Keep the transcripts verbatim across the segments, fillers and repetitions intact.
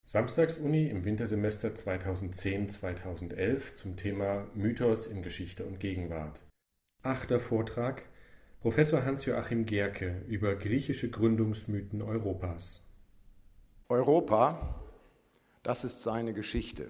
Samstagsuni im Wintersemester zweitausendzehn zweitausendelf zum Thema Mythos in Geschichte und Gegenwart. Achter Vortrag: Professor Hans-Joachim Gehrke über griechische Gründungsmythen Europas. Europa, das ist seine Geschichte.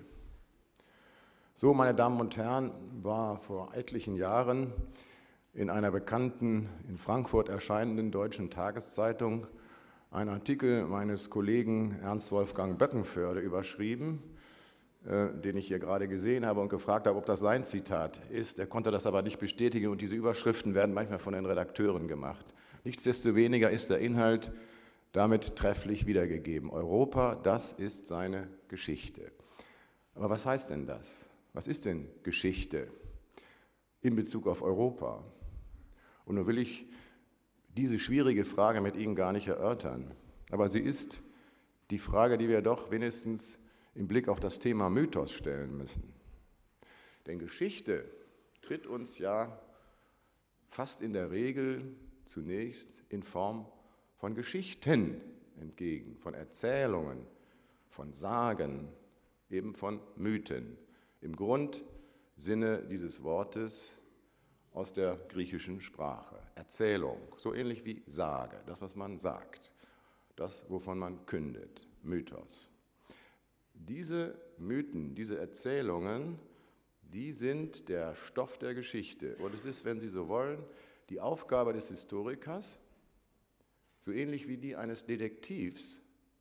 So, meine Damen und Herren, war vor etlichen Jahren in einer bekannten, in Frankfurt erscheinenden deutschen Tageszeitung ein Artikel meines Kollegen Ernst Wolfgang Böckenförde überschrieben, äh, den ich hier gerade gesehen habe und gefragt habe, ob das sein Zitat ist. Er konnte das aber nicht bestätigen und diese Überschriften werden manchmal von den Redakteuren gemacht. Nichtsdestoweniger ist der Inhalt damit trefflich wiedergegeben. Europa, das ist seine Geschichte. Aber was heißt denn das? Was ist denn Geschichte in Bezug auf Europa? Und nun will ich diese schwierige Frage mit Ihnen gar nicht erörtern. Aber sie ist die Frage, die wir doch wenigstens im Blick auf das Thema Mythos stellen müssen. Denn Geschichte tritt uns ja fast in der Regel zunächst in Form von Geschichten entgegen, von Erzählungen, von Sagen, eben von Mythen. Im Grundsinne dieses Wortes aus der griechischen Sprache. Erzählung, so ähnlich wie Sage, das, was man sagt, das, wovon man kündet, Mythos. Diese Mythen, diese Erzählungen, die sind der Stoff der Geschichte. Und es ist, wenn Sie so wollen, die Aufgabe des Historikers, so ähnlich wie die eines Detektivs,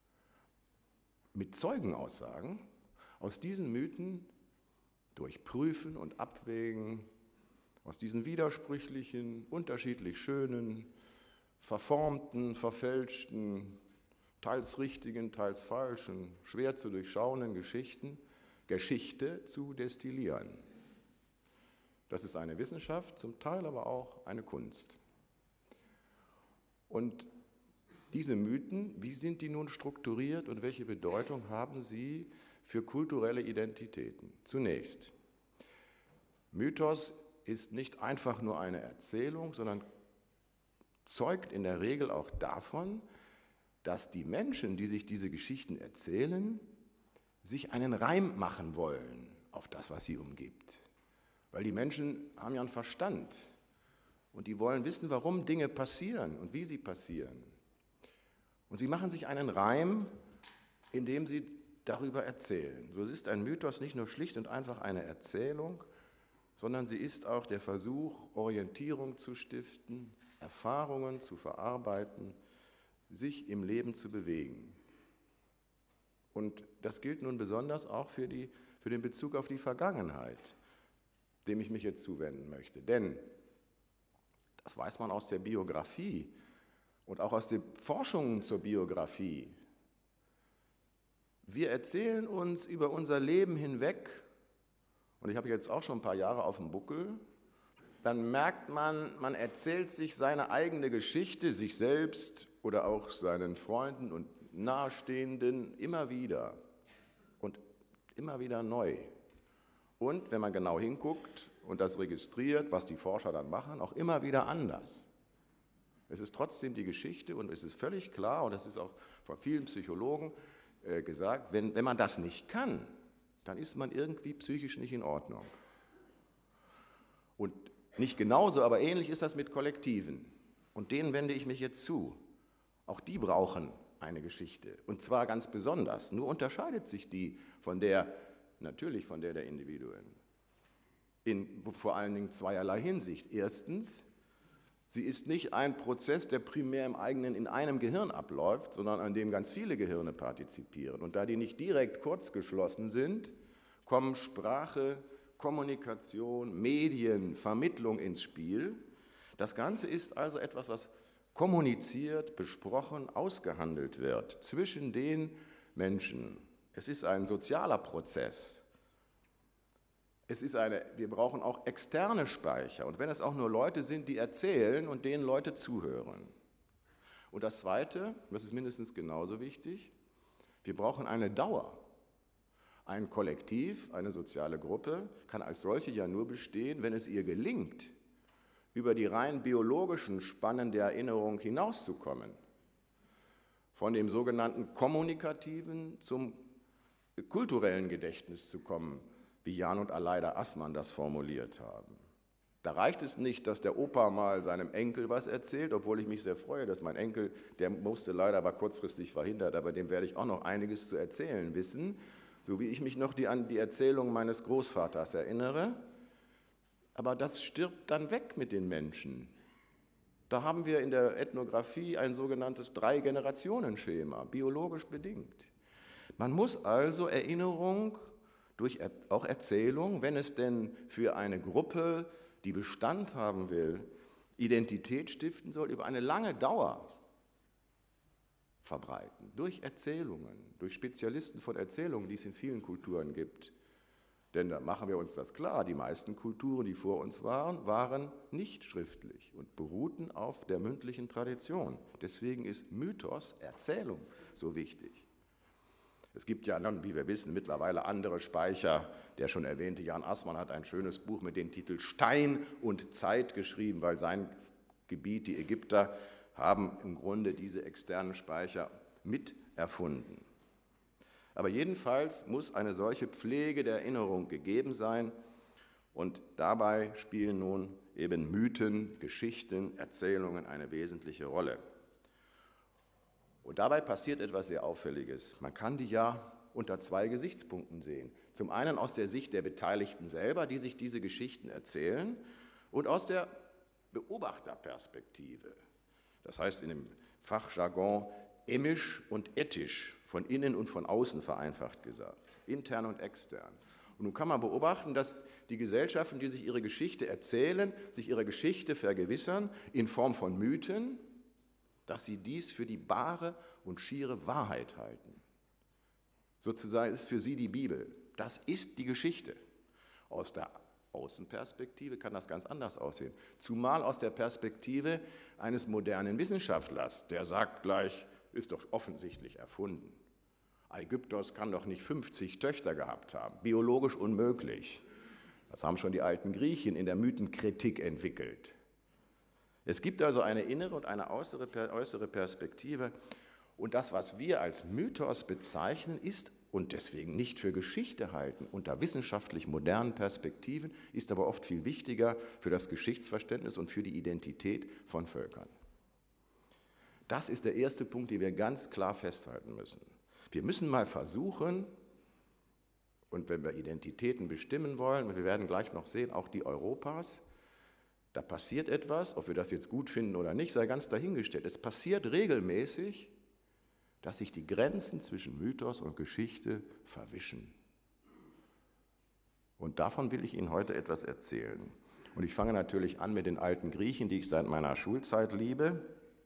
mit Zeugenaussagen aus diesen Mythen durchprüfen und abwägen, aus diesen widersprüchlichen, unterschiedlich schönen, verformten, verfälschten, teils richtigen, teils falschen, schwer zu durchschauenden Geschichten, Geschichte zu destillieren. Das ist eine Wissenschaft, zum Teil aber auch eine Kunst. Und diese Mythen, wie sind die nun strukturiert und welche Bedeutung haben sie für kulturelle Identitäten? Zunächst, Mythos ist nicht einfach nur eine Erzählung, sondern zeugt in der Regel auch davon, dass die Menschen, die sich diese Geschichten erzählen, sich einen Reim machen wollen auf das, was sie umgibt. Weil die Menschen haben ja einen Verstand und die wollen wissen, warum Dinge passieren und wie sie passieren. Und sie machen sich einen Reim, indem sie darüber erzählen. So ist ein Mythos nicht nur schlicht und einfach eine Erzählung, sondern sie ist auch der Versuch, Orientierung zu stiften, Erfahrungen zu verarbeiten, sich im Leben zu bewegen. Und das gilt nun besonders auch für, die, für den Bezug auf die Vergangenheit, dem ich mich jetzt zuwenden möchte. Denn, das weiß man aus der Biografie und auch aus den Forschungen zur Biografie, wir erzählen uns über unser Leben hinweg, und ich habe jetzt auch schon ein paar Jahre auf dem Buckel, dann merkt man, man erzählt sich seine eigene Geschichte, sich selbst oder auch seinen Freunden und Nahestehenden immer wieder und immer wieder neu. Und wenn man genau hinguckt und das registriert, was die Forscher dann machen, auch immer wieder anders. Es ist trotzdem die Geschichte und es ist völlig klar, und das ist auch von vielen Psychologen äh, gesagt, wenn, wenn man das nicht kann, dann ist man irgendwie psychisch nicht in Ordnung. Und nicht genauso, aber ähnlich ist das mit Kollektiven. Und denen wende ich mich jetzt zu. Auch die brauchen eine Geschichte. Und zwar ganz besonders. Nur unterscheidet sich die von der, natürlich von der der Individuen. In vor allen Dingen zweierlei Hinsicht. Erstens, sie ist nicht ein Prozess, der primär im eigenen, in einem Gehirn abläuft, sondern an dem ganz viele Gehirne partizipieren. Und da die nicht direkt kurzgeschlossen sind, kommen Sprache, Kommunikation, Medien, Vermittlung ins Spiel. Das Ganze ist also etwas, was kommuniziert, besprochen, ausgehandelt wird zwischen den Menschen. Es ist ein sozialer Prozess. Es ist eine, wir brauchen auch externe Speicher. Und wenn es auch nur Leute sind, die erzählen und denen Leute zuhören. Und das Zweite, das ist mindestens genauso wichtig, wir brauchen eine Dauer. Ein Kollektiv, eine soziale Gruppe kann als solche ja nur bestehen, wenn es ihr gelingt, über die rein biologischen Spannen der Erinnerung hinauszukommen. Von dem sogenannten Kommunikativen zum kulturellen Gedächtnis zu kommen, wie Jan und Aleida Assmann das formuliert haben. Da reicht es nicht, dass der Opa mal seinem Enkel was erzählt, obwohl ich mich sehr freue, dass mein Enkel, der musste leider, war kurzfristig verhindert, aber dem werde ich auch noch einiges zu erzählen wissen, so wie ich mich noch die, an die Erzählung meines Großvaters erinnere. Aber das stirbt dann weg mit den Menschen. Da haben wir in der Ethnographie ein sogenanntes Drei-Generationen-Schema, biologisch bedingt. Man muss also Erinnerung durch auch Erzählung, wenn es denn für eine Gruppe, die Bestand haben will, Identität stiften soll, über eine lange Dauer verbreiten, durch Erzählungen, durch Spezialisten von Erzählungen, die es in vielen Kulturen gibt. Denn da machen wir uns das klar, die meisten Kulturen, die vor uns waren, waren nicht schriftlich und beruhten auf der mündlichen Tradition. Deswegen ist Mythos, Erzählung, so wichtig. Es gibt ja dann, wie wir wissen, mittlerweile andere Speicher. Der schon erwähnte Jan Assmann hat ein schönes Buch mit dem Titel Stein und Zeit geschrieben, weil sein Gebiet, die Ägypter, haben im Grunde diese externen Speicher mit erfunden. Aber jedenfalls muss eine solche Pflege der Erinnerung gegeben sein und dabei spielen nun eben Mythen, Geschichten, Erzählungen eine wesentliche Rolle. Und dabei passiert etwas sehr Auffälliges. Man kann die ja unter zwei Gesichtspunkten sehen. Zum einen aus der Sicht der Beteiligten selber, die sich diese Geschichten erzählen, und aus der Beobachterperspektive. Das heißt in dem Fachjargon emisch und ethisch, von innen und von außen vereinfacht gesagt, intern und extern. Und nun kann man beobachten, dass die Gesellschaften, die sich ihre Geschichte erzählen, sich ihre Geschichte vergewissern in Form von Mythen, dass sie dies für die bare und schiere Wahrheit halten. Sozusagen ist für sie die Bibel. Das ist die Geschichte. Aus der Außenperspektive kann das ganz anders aussehen. Zumal aus der Perspektive eines modernen Wissenschaftlers, der sagt gleich, ist doch offensichtlich erfunden. Aigyptos kann doch nicht fünfzig Töchter gehabt haben, biologisch unmöglich. Das haben schon die alten Griechen in der Mythenkritik entwickelt. Es gibt also eine innere und eine äußere Perspektive. Und das, was wir als Mythos bezeichnen, ist und deswegen nicht für Geschichte halten, unter wissenschaftlich modernen Perspektiven, ist aber oft viel wichtiger für das Geschichtsverständnis und für die Identität von Völkern. Das ist der erste Punkt, den wir ganz klar festhalten müssen. Wir müssen mal versuchen, und wenn wir Identitäten bestimmen wollen, und wir werden gleich noch sehen, auch die Europas, da passiert etwas, ob wir das jetzt gut finden oder nicht, sei ganz dahingestellt. Es passiert regelmäßig, dass sich die Grenzen zwischen Mythos und Geschichte verwischen. Und davon will ich Ihnen heute etwas erzählen. Und ich fange natürlich an mit den alten Griechen, die ich seit meiner Schulzeit liebe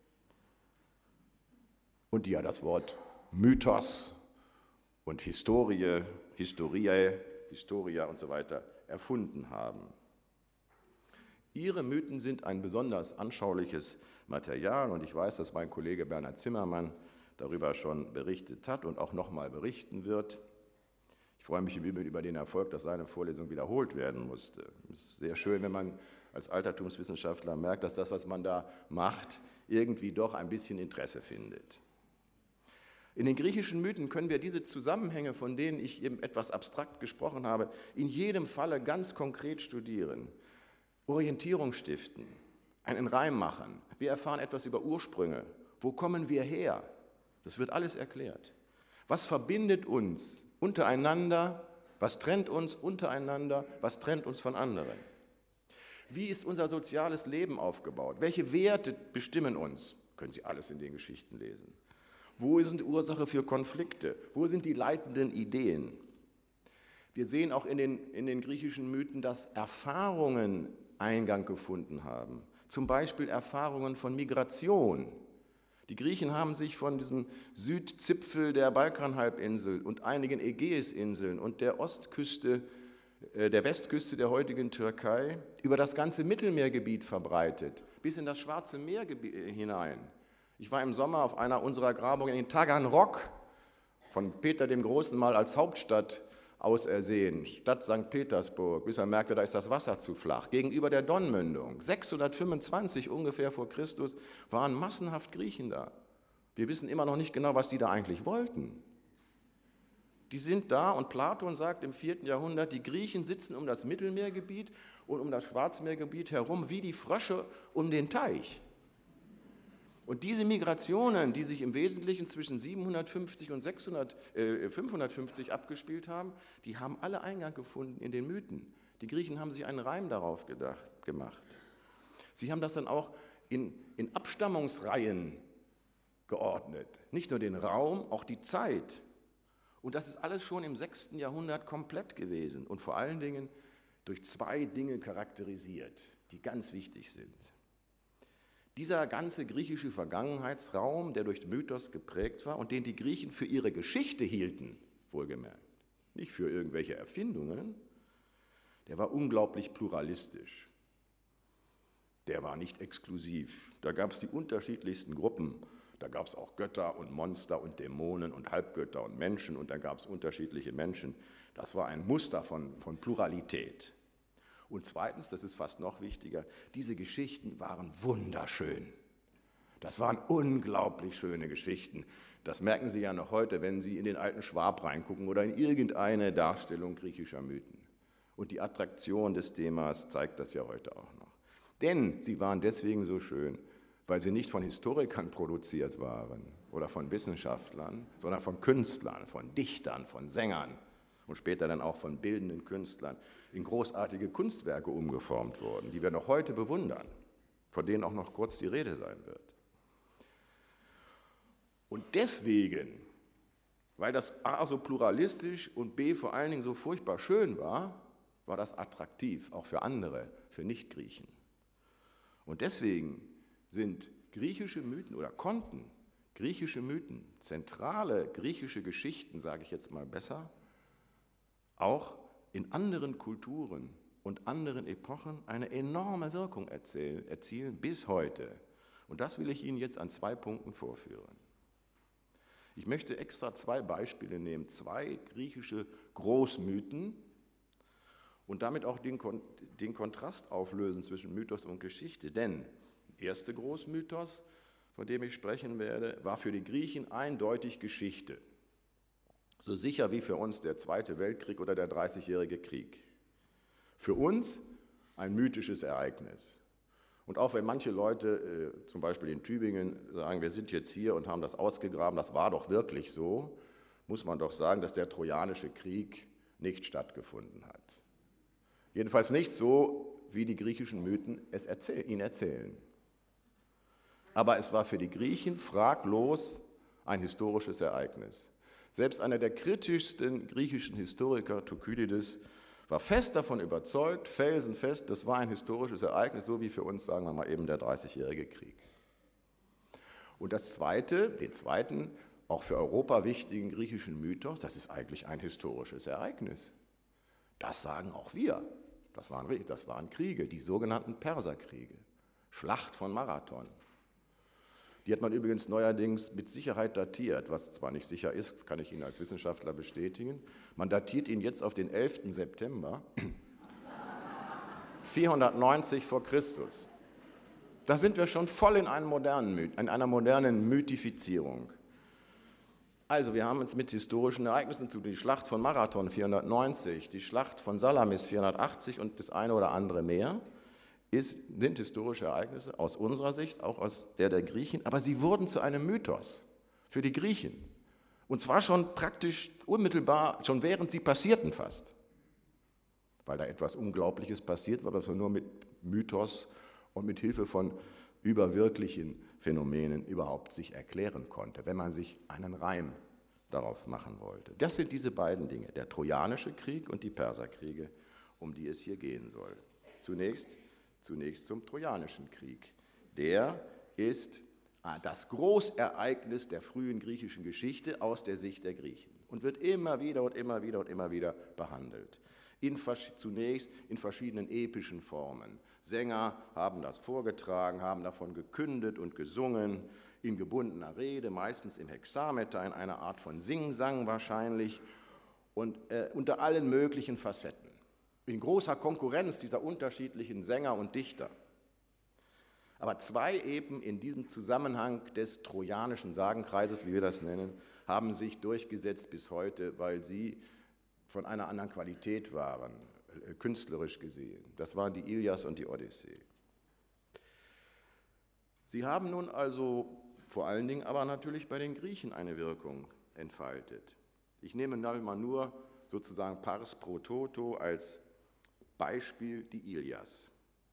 und die ja das Wort Mythos und Historie, Historiae, Historia und so weiter erfunden haben. Ihre Mythen sind ein besonders anschauliches Material und ich weiß, dass mein Kollege Bernhard Zimmermann darüber schon berichtet hat und auch nochmal berichten wird. Ich freue mich im Übrigen über den Erfolg, dass seine Vorlesung wiederholt werden musste. Es ist sehr schön, wenn man als Altertumswissenschaftler merkt, dass das, was man da macht, irgendwie doch ein bisschen Interesse findet. In den griechischen Mythen können wir diese Zusammenhänge, von denen ich eben etwas abstrakt gesprochen habe, in jedem Falle ganz konkret studieren. Orientierung stiften, einen Reim machen. Wir erfahren etwas über Ursprünge. Wo kommen wir her? Das wird alles erklärt. Was verbindet uns untereinander? Was trennt uns untereinander? Was trennt uns von anderen? Wie ist unser soziales Leben aufgebaut? Welche Werte bestimmen uns? Können Sie alles in den Geschichten lesen. Wo sind die Ursache für Konflikte? Wo sind die leitenden Ideen? Wir sehen auch in den, in den griechischen Mythen, dass Erfahrungen Eingang gefunden haben. Zum Beispiel Erfahrungen von Migration. Die Griechen haben sich von diesem Südzipfel der Balkanhalbinsel und einigen Ägäisinseln und der Ostküste, äh, der Westküste der heutigen Türkei über das ganze Mittelmeergebiet verbreitet, bis in das Schwarze Meer hinein. Ich war im Sommer auf einer unserer Grabungen in Taganrog, von Peter dem Großen mal als Hauptstadt ausersehen, Stadt Sankt Petersburg, bis er merkte, da ist das Wasser zu flach, gegenüber der Donmündung. sechshundertfünfundzwanzig ungefähr vor Christus waren massenhaft Griechen da. Wir wissen immer noch nicht genau, was die da eigentlich wollten. Die sind da und Platon sagt im vierten Jahrhundert, die Griechen sitzen um das Mittelmeergebiet und um das Schwarzmeergebiet herum wie die Frösche um den Teich. Und diese Migrationen, die sich im Wesentlichen zwischen siebenhundertfünfzig und sechshundert, äh, fünfhundertfünfzig abgespielt haben, die haben alle Eingang gefunden in den Mythen. Die Griechen haben sich einen Reim darauf gedacht, gemacht. Sie haben das dann auch in, in Abstammungsreihen geordnet. Nicht nur den Raum, auch die Zeit. Und das ist alles schon im sechsten Jahrhundert komplett gewesen und vor allen Dingen durch zwei Dinge charakterisiert, die ganz wichtig sind. Dieser ganze griechische Vergangenheitsraum, der durch Mythos geprägt war und den die Griechen für ihre Geschichte hielten, wohlgemerkt, nicht für irgendwelche Erfindungen, der war unglaublich pluralistisch. Der war nicht exklusiv. Da gab es die unterschiedlichsten Gruppen. Da gab es auch Götter und Monster und Dämonen und Halbgötter und Menschen und da gab es unterschiedliche Menschen. Das war ein Muster von, von Pluralität. Und zweitens, das ist fast noch wichtiger, diese Geschichten waren wunderschön. Das waren unglaublich schöne Geschichten. Das merken Sie ja noch heute, wenn Sie in den alten Schwab reingucken oder in irgendeine Darstellung griechischer Mythen. Und die Attraktion des Themas zeigt das ja heute auch noch. Denn sie waren deswegen so schön, weil sie nicht von Historikern produziert waren oder von Wissenschaftlern, sondern von Künstlern, von Dichtern, von Sängern und später dann auch von bildenden Künstlern in großartige Kunstwerke umgeformt wurden, die wir noch heute bewundern, von denen auch noch kurz die Rede sein wird. Und deswegen, weil das A so pluralistisch und B vor allen Dingen so furchtbar schön war, war das attraktiv, auch für andere, für Nichtgriechen. Und deswegen sind griechische Mythen oder konnten griechische Mythen, zentrale griechische Geschichten, sage ich jetzt mal besser, auch in anderen Kulturen und anderen Epochen eine enorme Wirkung erzählen, erzielen bis heute. Und das will ich Ihnen jetzt an zwei Punkten vorführen. Ich möchte extra zwei Beispiele nehmen, zwei griechische Großmythen und damit auch den, Kon- den Kontrast auflösen zwischen Mythos und Geschichte. Denn der erste Großmythos, von dem ich sprechen werde, war für die Griechen eindeutig Geschichte. So sicher wie für uns der Zweite Weltkrieg oder der Dreißigjährige Krieg. Für uns ein mythisches Ereignis. Und auch wenn manche Leute, äh, zum Beispiel in Tübingen, sagen, wir sind jetzt hier und haben das ausgegraben, das war doch wirklich so, muss man doch sagen, dass der Trojanische Krieg nicht stattgefunden hat. Jedenfalls nicht so, wie die griechischen Mythen es erzähl- ihn erzählen. Aber es war für die Griechen fraglos ein historisches Ereignis. Selbst einer der kritischsten griechischen Historiker, Thukydides, war fest davon überzeugt, felsenfest, das war ein historisches Ereignis, so wie für uns, sagen wir mal eben, der Dreißigjährige Krieg. Und das zweite, den zweiten, auch für Europa wichtigen griechischen Mythos, das ist eigentlich ein historisches Ereignis. Das sagen auch wir. Das waren, das waren Kriege, die sogenannten Perserkriege, Schlacht von Marathon. Die hat man übrigens neuerdings mit Sicherheit datiert, was zwar nicht sicher ist, kann ich Ihnen als Wissenschaftler bestätigen. Man datiert ihn jetzt auf den elften September vierhundertneunzig vor Christus. Da sind wir schon voll in, einem modernen, in einer modernen Mythifizierung. Also wir haben uns mit historischen Ereignissen zu tun, die Schlacht von Marathon vierhundertneunzig, die Schlacht von Salamis vierhundertachtzig und das eine oder andere mehr. Ist, sind historische Ereignisse aus unserer Sicht, auch aus der der Griechen, aber sie wurden zu einem Mythos für die Griechen. Und zwar schon praktisch unmittelbar, schon während sie passierten fast. Weil da etwas Unglaubliches passiert war, was man nur mit Mythos und mit Hilfe von überwirklichen Phänomenen überhaupt sich erklären konnte, wenn man sich einen Reim darauf machen wollte. Das sind diese beiden Dinge, der Trojanische Krieg und die Perserkriege, um die es hier gehen soll. Zunächst Zunächst zum Trojanischen Krieg. Der ist das Großereignis der frühen griechischen Geschichte aus der Sicht der Griechen und wird immer wieder und immer wieder und immer wieder behandelt. In, zunächst in verschiedenen epischen Formen. Sänger haben das vorgetragen, haben davon gekündet und gesungen, in gebundener Rede, meistens im Hexameter, in einer Art von Singsang wahrscheinlich und äh, unter allen möglichen Facetten. In großer Konkurrenz dieser unterschiedlichen Sänger und Dichter. Aber zwei eben in diesem Zusammenhang des trojanischen Sagenkreises, wie wir das nennen, haben sich durchgesetzt bis heute, weil sie von einer anderen Qualität waren, künstlerisch gesehen. Das waren die Ilias und die Odyssee. Sie haben nun also vor allen Dingen aber natürlich bei den Griechen eine Wirkung entfaltet. Ich nehme mal nur sozusagen pars pro toto als Beispiel die Ilias.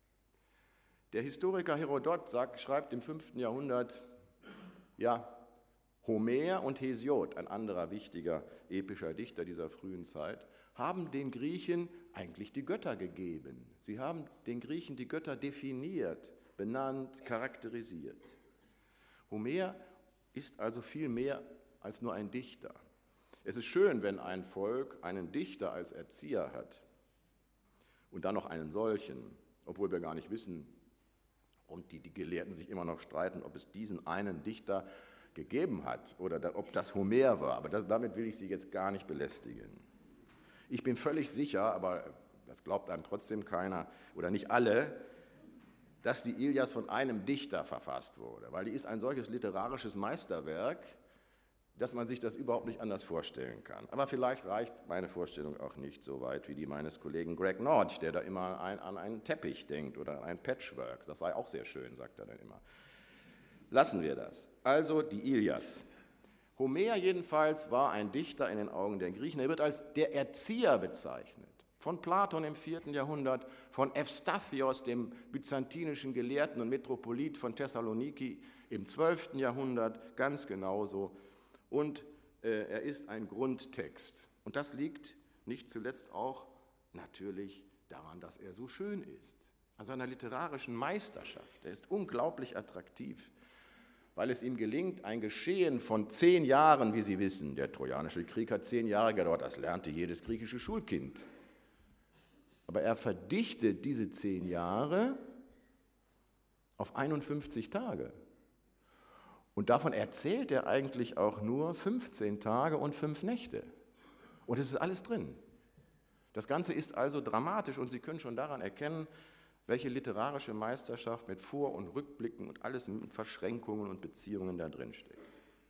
Der Historiker Herodot sagt, schreibt im fünften Jahrhundert, ja, Homer und Hesiod, ein anderer wichtiger epischer Dichter dieser frühen Zeit, haben den Griechen eigentlich die Götter gegeben. Sie haben den Griechen die Götter definiert, benannt, charakterisiert. Homer ist also viel mehr als nur ein Dichter. Es ist schön, wenn ein Volk einen Dichter als Erzieher hat und dann noch einen solchen, obwohl wir gar nicht wissen, und die, die Gelehrten sich immer noch streiten, ob es diesen einen Dichter gegeben hat oder da, ob das Homer war. Aber das, damit will ich Sie jetzt gar nicht belästigen. Ich bin völlig sicher, aber das glaubt einem trotzdem keiner oder nicht alle, dass die Ilias von einem Dichter verfasst wurde, weil die ist ein solches literarisches Meisterwerk, dass man sich das überhaupt nicht anders vorstellen kann. Aber vielleicht reicht meine Vorstellung auch nicht so weit wie die meines Kollegen Greg Nordge, der da immer ein, an einen Teppich denkt oder an ein Patchwork. Das sei auch sehr schön, sagt er dann immer. Lassen wir das. Also die Ilias. Homer jedenfalls war ein Dichter in den Augen der Griechen. Er wird als der Erzieher bezeichnet. Von Platon im vierten Jahrhundert, von Evstathios, dem byzantinischen Gelehrten und Metropolit von Thessaloniki im zwölften Jahrhundert, ganz genauso. Und äh, er ist ein Grundtext. Und das liegt nicht zuletzt auch natürlich daran, dass er so schön ist, an seiner literarischen Meisterschaft. Er ist unglaublich attraktiv, weil es ihm gelingt, ein Geschehen von zehn Jahren, wie Sie wissen, der Trojanische Krieg hat zehn Jahre gedauert, das lernte jedes griechische Schulkind. Aber er verdichtet diese zehn Jahre auf einundfünfzig Tage. Und davon erzählt er eigentlich auch nur fünfzehn Tage und fünf Nächte. Und es ist alles drin. Das Ganze ist also dramatisch und Sie können schon daran erkennen, welche literarische Meisterschaft mit Vor- und Rückblicken und alles mit Verschränkungen und Beziehungen da drin steckt.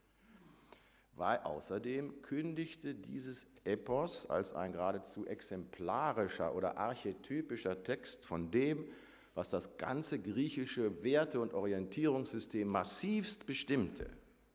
Weil außerdem kündigte dieses Epos als ein geradezu exemplarischer oder archetypischer Text von dem, was das ganze griechische Werte- und Orientierungssystem massivst bestimmte.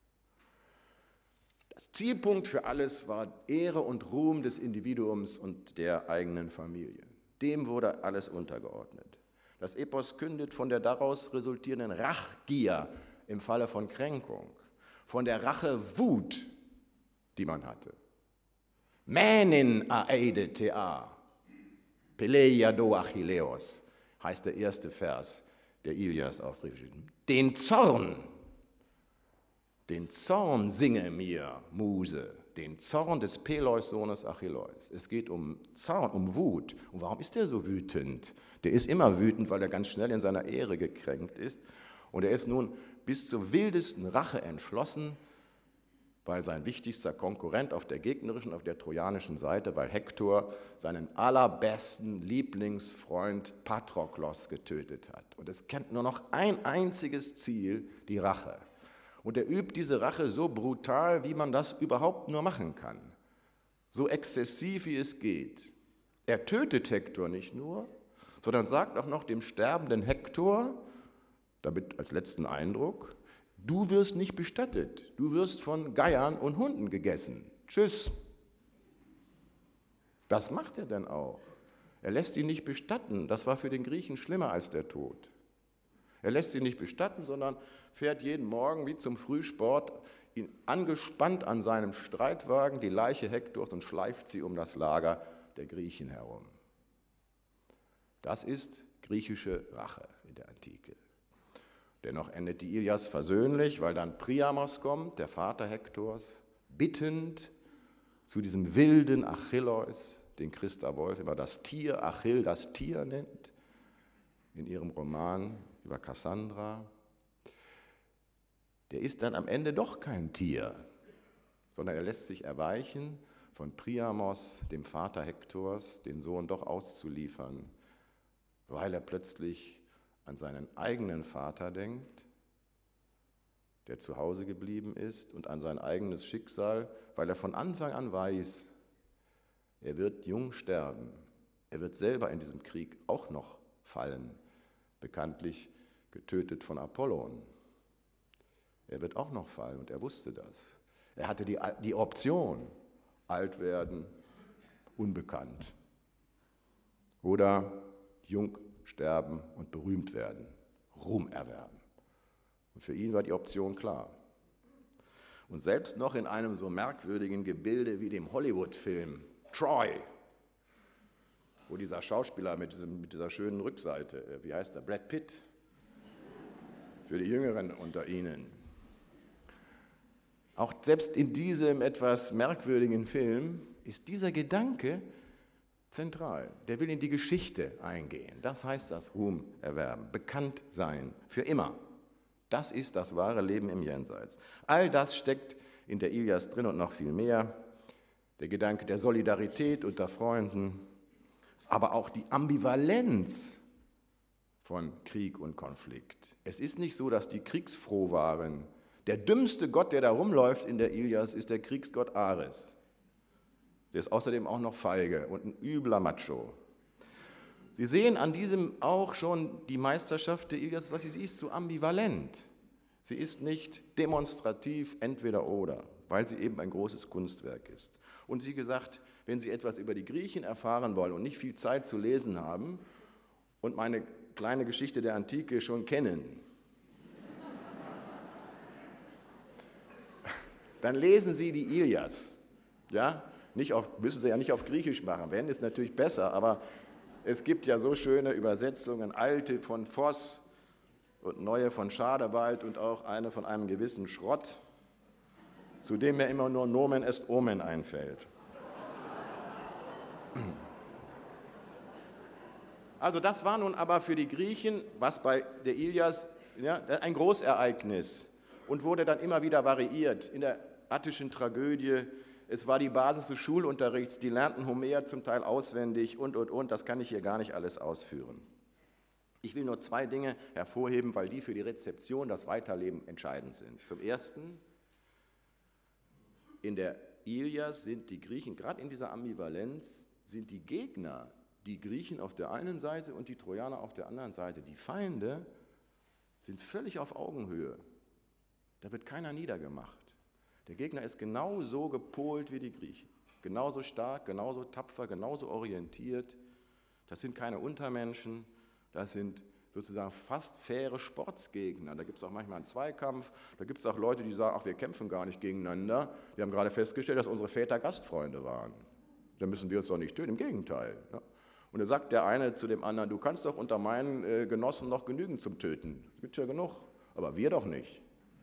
Das Zielpunkt für alles war Ehre und Ruhm des Individuums und der eigenen Familie. Dem wurde alles untergeordnet. Das Epos kündet von der daraus resultierenden Rachgier im Falle von Kränkung, von der Rachewut, die man hatte. Mänin aeide thea, peleia do Achilleos, heißt der erste Vers der Ilias auf Griechisch. Den Zorn, den Zorn singe mir, Muse, den Zorn des Peleus-Sohnes Achilleus. Es geht um Zorn, um Wut. Und warum ist er so wütend? Der ist immer wütend, weil er ganz schnell in seiner Ehre gekränkt ist. Und er ist nun bis zur wildesten Rache entschlossen, weil sein wichtigster Konkurrent auf der gegnerischen, auf der trojanischen Seite, weil Hektor seinen allerbesten Lieblingsfreund Patroklos getötet hat. Und es kennt nur noch ein einziges Ziel, die Rache. Und er übt diese Rache so brutal, wie man das überhaupt nur machen kann. So exzessiv, wie es geht. Er tötet Hektor nicht nur, sondern sagt auch noch dem sterbenden Hektor, damit als letzten Eindruck, du wirst nicht bestattet, du wirst von Geiern und Hunden gegessen. Tschüss. Das macht er dann auch. Er lässt ihn nicht bestatten, das war für den Griechen schlimmer als der Tod. Er lässt ihn nicht bestatten, sondern fährt jeden Morgen wie zum Frühsport ihn angespannt an seinem Streitwagen die Leiche Hektors und schleift sie um das Lager der Griechen herum. Das ist griechische Rache in der Antike. Dennoch endet die Ilias versöhnlich, weil dann Priamos kommt, der Vater Hektors, bittend zu diesem wilden Achilleus, den Christa Wolf immer das Tier, Achill das Tier nennt, in ihrem Roman über Kassandra. Der ist dann am Ende doch kein Tier, sondern er lässt sich erweichen von Priamos, dem Vater Hektors, den Sohn doch auszuliefern, weil er plötzlich an seinen eigenen Vater denkt der zu Hause geblieben ist und an sein eigenes Schicksal, weil er von Anfang an weiß, er wird jung sterben. Er wird selber in diesem Krieg auch noch fallen, bekanntlich getötet von Apollon. Er wird auch noch fallen und er wusste das. Er hatte die, die Option, alt werden, unbekannt oder jung sterben und berühmt werden, Ruhm erwerben. Und für ihn war die Option klar. Und selbst noch in einem so merkwürdigen Gebilde wie dem Hollywood-Film Troy, wo dieser Schauspieler mit, diesem, mit dieser schönen Rückseite, wie heißt er, Brad Pitt, für die Jüngeren unter Ihnen. Auch selbst in diesem etwas merkwürdigen Film ist dieser Gedanke zentral. Der will in die Geschichte eingehen. Das heißt das Ruhm erwerben, bekannt sein, für immer. Das ist das wahre Leben im Jenseits. All das steckt in der Ilias drin und noch viel mehr. Der Gedanke der Solidarität unter Freunden, aber auch die Ambivalenz von Krieg und Konflikt. Es ist nicht so, dass die kriegsfroh waren. Der dümmste Gott, der da rumläuft in der Ilias, ist der Kriegsgott Ares. Der ist außerdem auch noch feige und ein übler Macho. Sie sehen an diesem auch schon die Meisterschaft der Ilias, was sie ist, so ambivalent. Sie ist nicht demonstrativ entweder oder, weil sie eben ein großes Kunstwerk ist. Und wie gesagt, wenn Sie etwas über die Griechen erfahren wollen und nicht viel Zeit zu lesen haben und meine kleine Geschichte der Antike schon kennen, dann lesen Sie die Ilias. Ja? Nicht auf, müssen Sie ja nicht auf Griechisch machen, wenn, ist natürlich besser, aber es gibt ja so schöne Übersetzungen, alte von Voss und neue von Schadewald und auch eine von einem gewissen Schrott, zu dem mir immer nur Nomen est Omen einfällt. Also das war nun aber für die Griechen, was bei der Ilias, ja, ein Großereignis und wurde dann immer wieder variiert. In der attischen Tragödie, es war die Basis des Schulunterrichts, die lernten Homer zum Teil auswendig und, und, und, das kann ich hier gar nicht alles ausführen. Ich will nur zwei Dinge hervorheben, weil die für die Rezeption, das Weiterleben entscheidend sind. Zum Ersten, in der Ilias sind die Griechen, gerade in dieser Ambivalenz, sind die Gegner, die Griechen auf der einen Seite und die Trojaner auf der anderen Seite. Die Feinde sind völlig auf Augenhöhe. Da wird keiner niedergemacht. Der Gegner ist genauso gepolt wie die Griechen. Genauso stark, genauso tapfer, genauso orientiert. Das sind keine Untermenschen, das sind sozusagen fast faire Sportsgegner. Da gibt es auch manchmal einen Zweikampf, da gibt es auch Leute, die sagen, ach, wir kämpfen gar nicht gegeneinander. Wir haben gerade festgestellt, dass unsere Väter Gastfreunde waren. Da müssen wir uns doch nicht töten, im Gegenteil. Ja. Und da sagt der eine zu dem anderen, du kannst doch unter meinen äh, Genossen noch genügen zum Töten. Es gibt ja genug, aber wir doch nicht.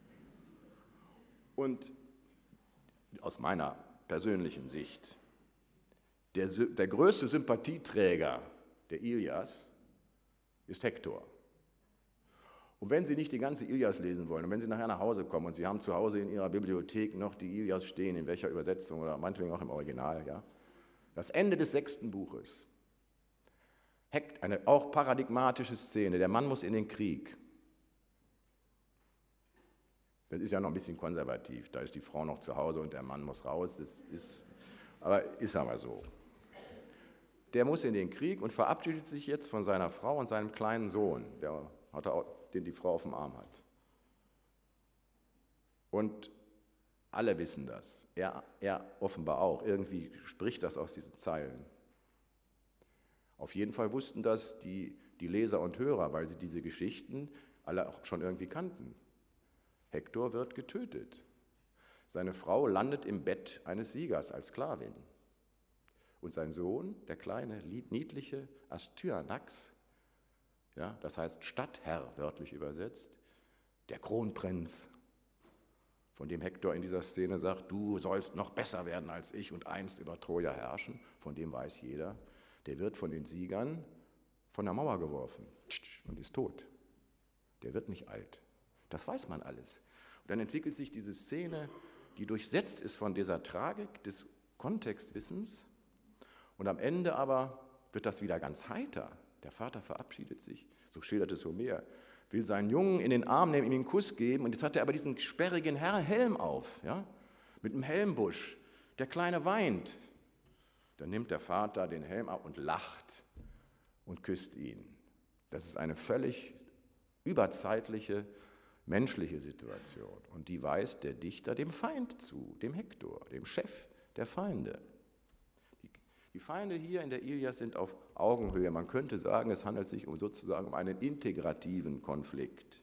Und aus meiner persönlichen Sicht, der, der größte Sympathieträger der Ilias ist Hektor. Und wenn Sie nicht die ganze Ilias lesen wollen und wenn Sie nachher nach Hause kommen und Sie haben zu Hause in Ihrer Bibliothek noch die Ilias stehen, in welcher Übersetzung oder meinetwegen auch im Original, ja, das Ende des sechsten Buches, eine auch paradigmatische Szene, der Mann muss in den Krieg. Das ist ja noch ein bisschen konservativ, da ist die Frau noch zu Hause und der Mann muss raus, das ist, aber ist aber so. Der muss in den Krieg und verabschiedet sich jetzt von seiner Frau und seinem kleinen Sohn, der hat auch, den die Frau auf dem Arm hat. Und alle wissen das, er, er offenbar auch, irgendwie spricht das aus diesen Zeilen. Auf jeden Fall wussten das die, die Leser und Hörer, weil sie diese Geschichten alle auch schon irgendwie kannten. Hektor wird getötet. Seine Frau landet im Bett eines Siegers als Sklavin. Und sein Sohn, der kleine, niedliche Astyanax, ja, das heißt Stadtherr wörtlich übersetzt, der Kronprinz, von dem Hektor in dieser Szene sagt, du sollst noch besser werden als ich und einst über Troja herrschen, von dem weiß jeder, der wird von den Siegern von der Mauer geworfen und ist tot. Der wird nicht alt. Das weiß man alles. Und dann entwickelt sich diese Szene, die durchsetzt ist von dieser Tragik des Kontextwissens. Und am Ende aber wird das wieder ganz heiter. Der Vater verabschiedet sich, so schildert es Homer. will seinen Jungen in den Arm nehmen, ihm einen Kuss geben, und jetzt hat er aber diesen sperrigen Helm auf, ja, mit einem Helmbusch. Der Kleine weint. Dann nimmt der Vater den Helm ab und lacht und küsst ihn. Das ist eine völlig überzeitliche, menschliche Situation. Und die weist der Dichter dem Feind zu, dem Hektor, dem Chef der Feinde. Die, die Feinde hier in der Ilias sind auf Augenhöhe. Man könnte sagen, es handelt sich um sozusagen um einen integrativen Konflikt.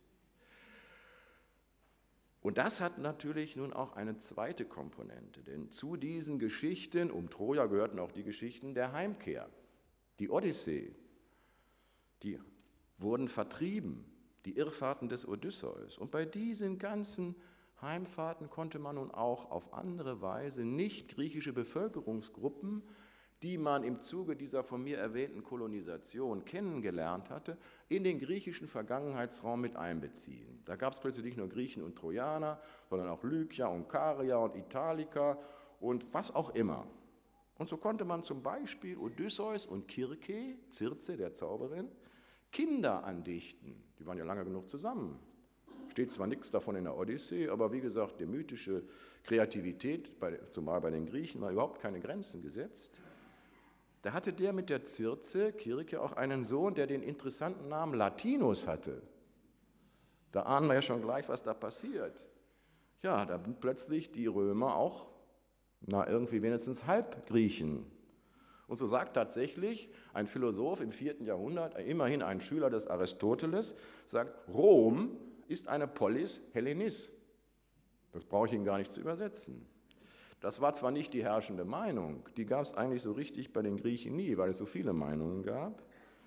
Und das hat natürlich nun auch eine zweite Komponente, denn zu diesen Geschichten um Troja gehörten auch die Geschichten der Heimkehr. Die Odyssee, die wurden vertrieben, die Irrfahrten des Odysseus. Und bei diesen ganzen Heimfahrten konnte man nun auch auf andere Weise nicht griechische Bevölkerungsgruppen, die man im Zuge dieser von mir erwähnten Kolonisation kennengelernt hatte, in den griechischen Vergangenheitsraum mit einbeziehen. Da gab es plötzlich nicht nur Griechen und Trojaner, sondern auch Lykier und Karier und Italiker und was auch immer. Und so konnte man zum Beispiel Odysseus und Kirke, Circe, der Zauberin, Kinder andichten. Die waren ja lange genug zusammen. Steht zwar nichts davon in der Odyssee, aber wie gesagt, die mythische Kreativität, bei, zumal bei den Griechen, war überhaupt keine Grenzen gesetzt. Da hatte der mit der Circe, Kirke, auch einen Sohn, der den interessanten Namen Latinus hatte. Da ahnen wir ja schon gleich, was da passiert. Ja, da sind plötzlich die Römer auch, na irgendwie wenigstens Halbgriechen. Und so sagt tatsächlich ein Philosoph im vierten Jahrhundert, immerhin ein Schüler des Aristoteles, sagt, Rom ist eine Polis Hellenis. Das brauche ich Ihnen gar nicht zu übersetzen. Das war zwar nicht die herrschende Meinung, die gab es eigentlich so richtig bei den Griechen nie, weil es so viele Meinungen gab.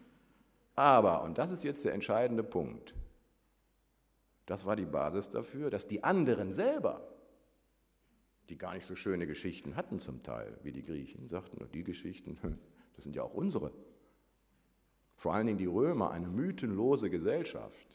Aber, und das ist jetzt der entscheidende Punkt, das war die Basis dafür, dass die anderen selber, die gar nicht so schöne Geschichten hatten zum Teil, wie die Griechen, sagten, die Geschichten, das sind ja auch unsere. Vor allen Dingen die Römer, eine mythenlose Gesellschaft.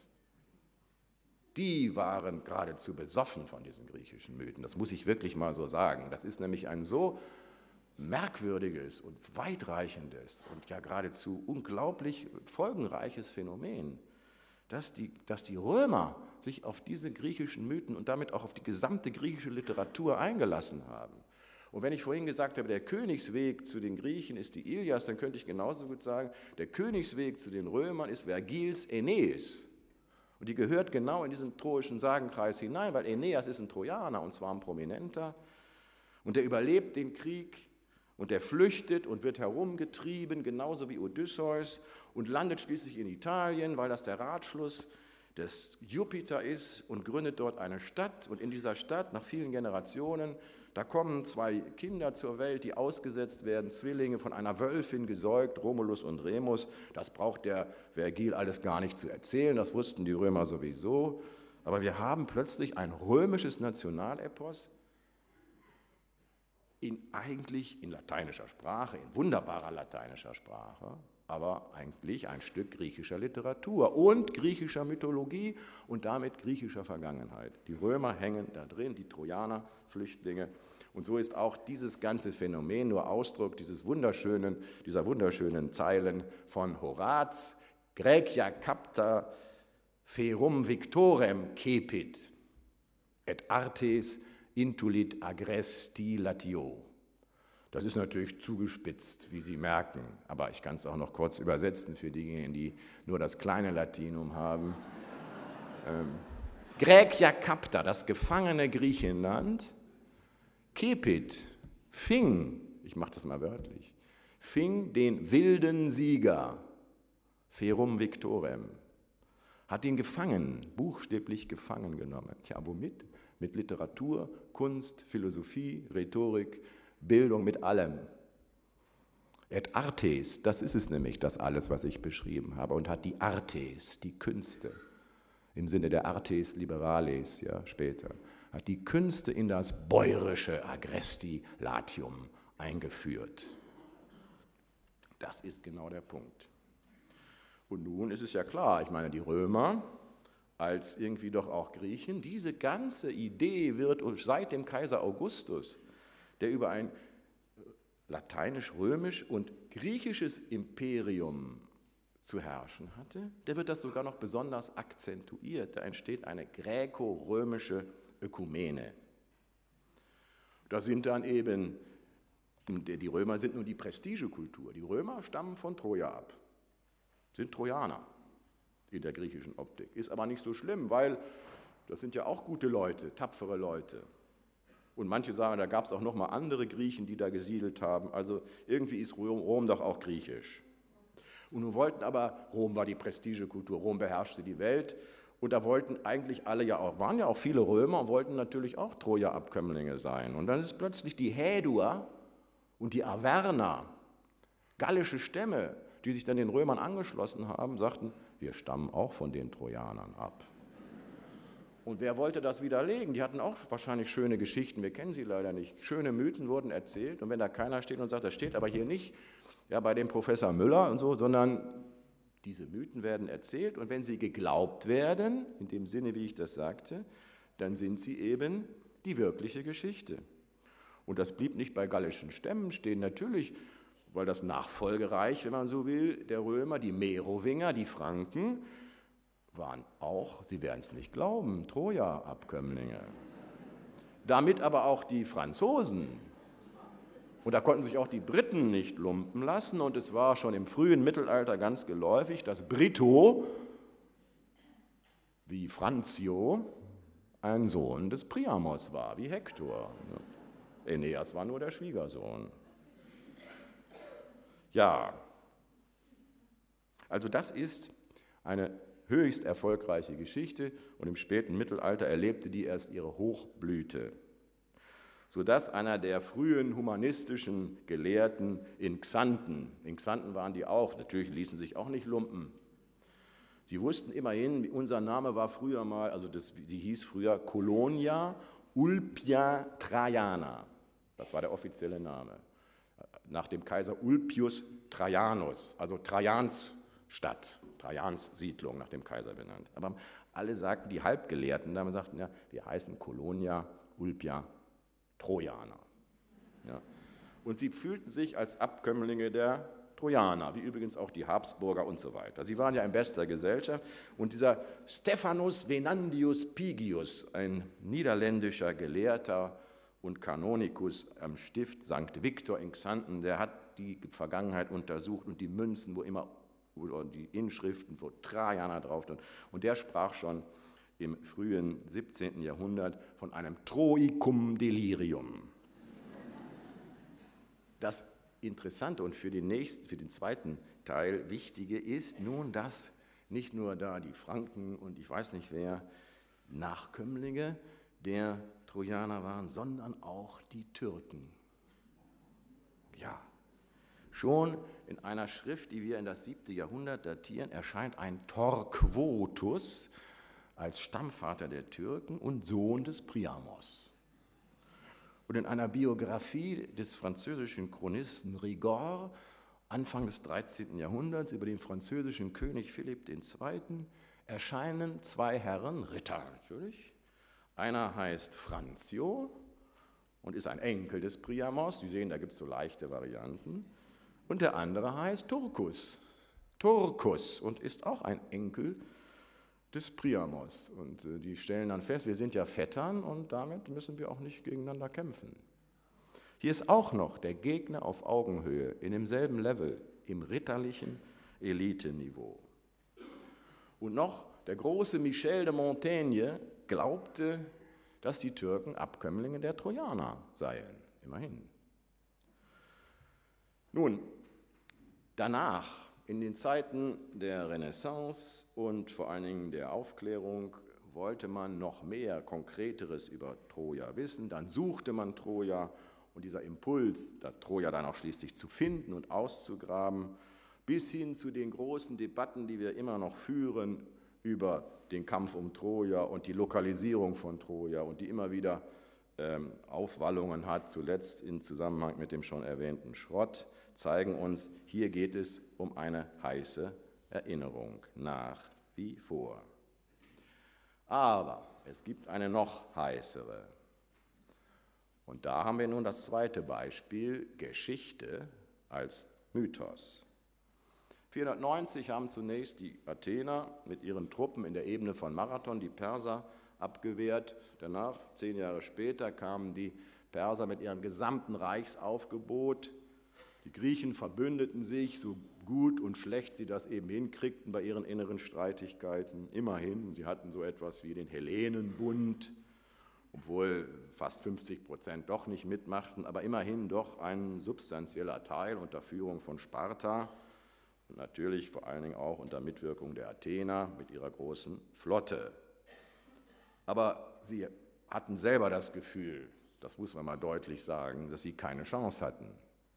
Die waren geradezu besoffen von diesen griechischen Mythen. Das muss ich wirklich mal so sagen. Das ist nämlich ein so merkwürdiges und weitreichendes und ja geradezu unglaublich folgenreiches Phänomen, dass die, dass die Römer sich auf diese griechischen Mythen und damit auch auf die gesamte griechische Literatur eingelassen haben. Und wenn ich vorhin gesagt habe, der Königsweg zu den Griechen ist die Ilias, dann könnte ich genauso gut sagen, der Königsweg zu den Römern ist Vergils Aeneis. Und die gehört genau in diesen troischen Sagenkreis hinein, weil Aeneas ist ein Trojaner und zwar ein Prominenter. Und der überlebt den Krieg und der flüchtet und wird herumgetrieben, genauso wie Odysseus, und landet schließlich in Italien, weil das der Ratschluss des Jupiter ist, und gründet dort eine Stadt. Und in dieser Stadt, nach vielen Generationen, da kommen zwei Kinder zur Welt, die ausgesetzt werden, Zwillinge von einer Wölfin gesäugt, Romulus und Remus. Das braucht der Vergil alles gar nicht zu erzählen, das wussten die Römer sowieso. Aber wir haben plötzlich ein römisches Nationalepos in eigentlich in lateinischer Sprache, in wunderbarer lateinischer Sprache, aber eigentlich ein Stück griechischer Literatur und griechischer Mythologie und damit griechischer Vergangenheit. Die Römer hängen da drin, die Trojaner, Flüchtlinge. Und so ist auch dieses ganze Phänomen nur Ausdruck dieses wunderschönen, dieser wunderschönen Zeilen von Horaz. Graecia capta ferum victorem cepit, et artes intulit agresti latio. Das ist natürlich zugespitzt, wie Sie merken, aber ich kann es auch noch kurz übersetzen für diejenigen, die nur das kleine Latinum haben. ähm, Graecia capta, das gefangene Griechenland, cepit, fing, ich mache das mal wörtlich, fing den wilden Sieger, ferum victorem, hat ihn gefangen, buchstäblich gefangen genommen. Tja, womit? Mit Literatur, Kunst, Philosophie, Rhetorik, Bildung, mit allem. Et artes, das ist es nämlich, das alles, was ich beschrieben habe, und hat die artes, die Künste, im Sinne der artes liberales, ja, später, hat die Künste in das bäurische Agresti Latium eingeführt. Das ist genau der Punkt. Und nun ist es ja klar, ich meine, die Römer als irgendwie doch auch Griechen, diese ganze Idee wird seit dem Kaiser Augustus, der über ein lateinisch, römisch und griechisches Imperium zu herrschen hatte, der wird das sogar noch besonders akzentuiert. Da entsteht eine gräko-römische Ökumene. Da sind dann eben, die Römer sind nur die Prestigekultur. Die Römer stammen von Troja ab, sind Trojaner in der griechischen Optik. Ist aber nicht so schlimm, weil das sind ja auch gute Leute, tapfere Leute. Und manche sagen, da gab es auch noch mal andere Griechen, die da gesiedelt haben. Also irgendwie ist Rom, Rom doch auch griechisch. Und nun wollten aber, Rom war die Prestigekultur, Rom beherrschte die Welt. Und da wollten eigentlich alle ja auch, waren ja auch viele Römer und wollten natürlich auch Troja-Abkömmlinge sein. Und dann ist plötzlich die Häduer und die Averner, gallische Stämme, die sich dann den Römern angeschlossen haben, sagten, wir stammen auch von den Trojanern ab. Und wer wollte das widerlegen? Die hatten auch wahrscheinlich schöne Geschichten, wir kennen sie leider nicht. Schöne Mythen wurden erzählt und wenn da keiner steht und sagt, das steht aber hier nicht, ja, bei dem Professor Müller und so, sondern diese Mythen werden erzählt und wenn sie geglaubt werden, in dem Sinne, wie ich das sagte, dann sind sie eben die wirkliche Geschichte. Und das blieb nicht bei gallischen Stämmen stehen, natürlich, weil das Nachfolgereich, wenn man so will, der Römer, die Merowinger, die Franken, waren auch, Sie werden es nicht glauben, Troja-Abkömmlinge. Damit aber auch die Franzosen. Und da konnten sich auch die Briten nicht lumpen lassen. Und es war schon im frühen Mittelalter ganz geläufig, dass Brito, wie Franzio, ein Sohn des Priamos war, wie Hektor. Aeneas war nur der Schwiegersohn. Ja, also das ist eine höchst erfolgreiche Geschichte und im späten Mittelalter erlebte die erst ihre Hochblüte, sodass einer der frühen humanistischen Gelehrten in Xanten, in Xanten waren die auch, natürlich ließen sich auch nicht lumpen, sie wussten immerhin, unser Name war früher mal, also das, die hieß früher Colonia Ulpia Traiana, das war der offizielle Name, nach dem Kaiser Ulpius Traianus, also Traians Stadt, Traians Siedlung, nach dem Kaiser benannt. Aber alle sagten, die Halbgelehrten, damals sagten, ja, wir heißen Colonia Ulpia Trojana. Ja. Und sie fühlten sich als Abkömmlinge der Trojaner, wie übrigens auch die Habsburger und so weiter. Sie waren ja in bester Gesellschaft. Und dieser Stephanus Venandius Pigius, ein niederländischer Gelehrter und Kanonikus am Stift Sankt Victor in Xanten, der hat die Vergangenheit untersucht und die Münzen, wo immer oder die Inschriften, wo Trajaner drauf stand. Und der sprach schon im frühen siebzehnten Jahrhundert von einem Troicum Delirium. Das Interessante und für den nächsten, für den zweiten Teil Wichtige ist nun, dass nicht nur da die Franken und ich weiß nicht wer Nachkömmlinge der Trojaner waren, sondern auch die Türken. Ja. Schon in einer Schrift, die wir in das siebte Jahrhundert datieren, erscheint ein Torquotus als Stammvater der Türken und Sohn des Priamos. Und in einer Biografie des französischen Chronisten Rigord, Anfang des dreizehnten Jahrhunderts, über den französischen König Philipp der Zweite., erscheinen zwei Herren, Ritter natürlich. Einer heißt Franzio und ist ein Enkel des Priamos. Sie sehen, da gibt es so leichte Varianten. Und der andere heißt Turcus, Turcus und ist auch ein Enkel des Priamos. Und äh, die stellen dann fest, wir sind ja Vettern und damit müssen wir auch nicht gegeneinander kämpfen. Hier ist auch noch der Gegner auf Augenhöhe, in demselben Level, im ritterlichen Eliteniveau. Und noch der große Michel de Montaigne glaubte, dass die Türken Abkömmlinge der Trojaner seien, immerhin. Nun, danach, in den Zeiten der Renaissance und vor allen Dingen der Aufklärung, wollte man noch mehr Konkreteres über Troja wissen. Dann suchte man Troja und dieser Impuls, das Troja dann auch schließlich zu finden und auszugraben, bis hin zu den großen Debatten, die wir immer noch führen über den Kampf um Troja und die Lokalisierung von Troja und die immer wieder ähm, Aufwallungen hat, zuletzt im Zusammenhang mit dem schon erwähnten Schrott, zeigen uns, hier geht es um eine heiße Erinnerung nach wie vor. Aber es gibt eine noch heißere. Und da haben wir nun das zweite Beispiel, Geschichte als Mythos. vierhundertneunzig haben zunächst die Athener mit ihren Truppen in der Ebene von Marathon die Perser abgewehrt. Danach, zehn Jahre später, kamen die Perser mit ihrem gesamten Reichsaufgebot. Die Griechen verbündeten sich, so gut und schlecht sie das eben hinkriegten bei ihren inneren Streitigkeiten. Immerhin, sie hatten so etwas wie den Hellenenbund, obwohl fast fünfzig Prozent doch nicht mitmachten, aber immerhin doch ein substanzieller Teil unter Führung von Sparta und natürlich vor allen Dingen auch unter Mitwirkung der Athener mit ihrer großen Flotte. Aber sie hatten selber das Gefühl, das muss man mal deutlich sagen, dass sie keine Chance hatten.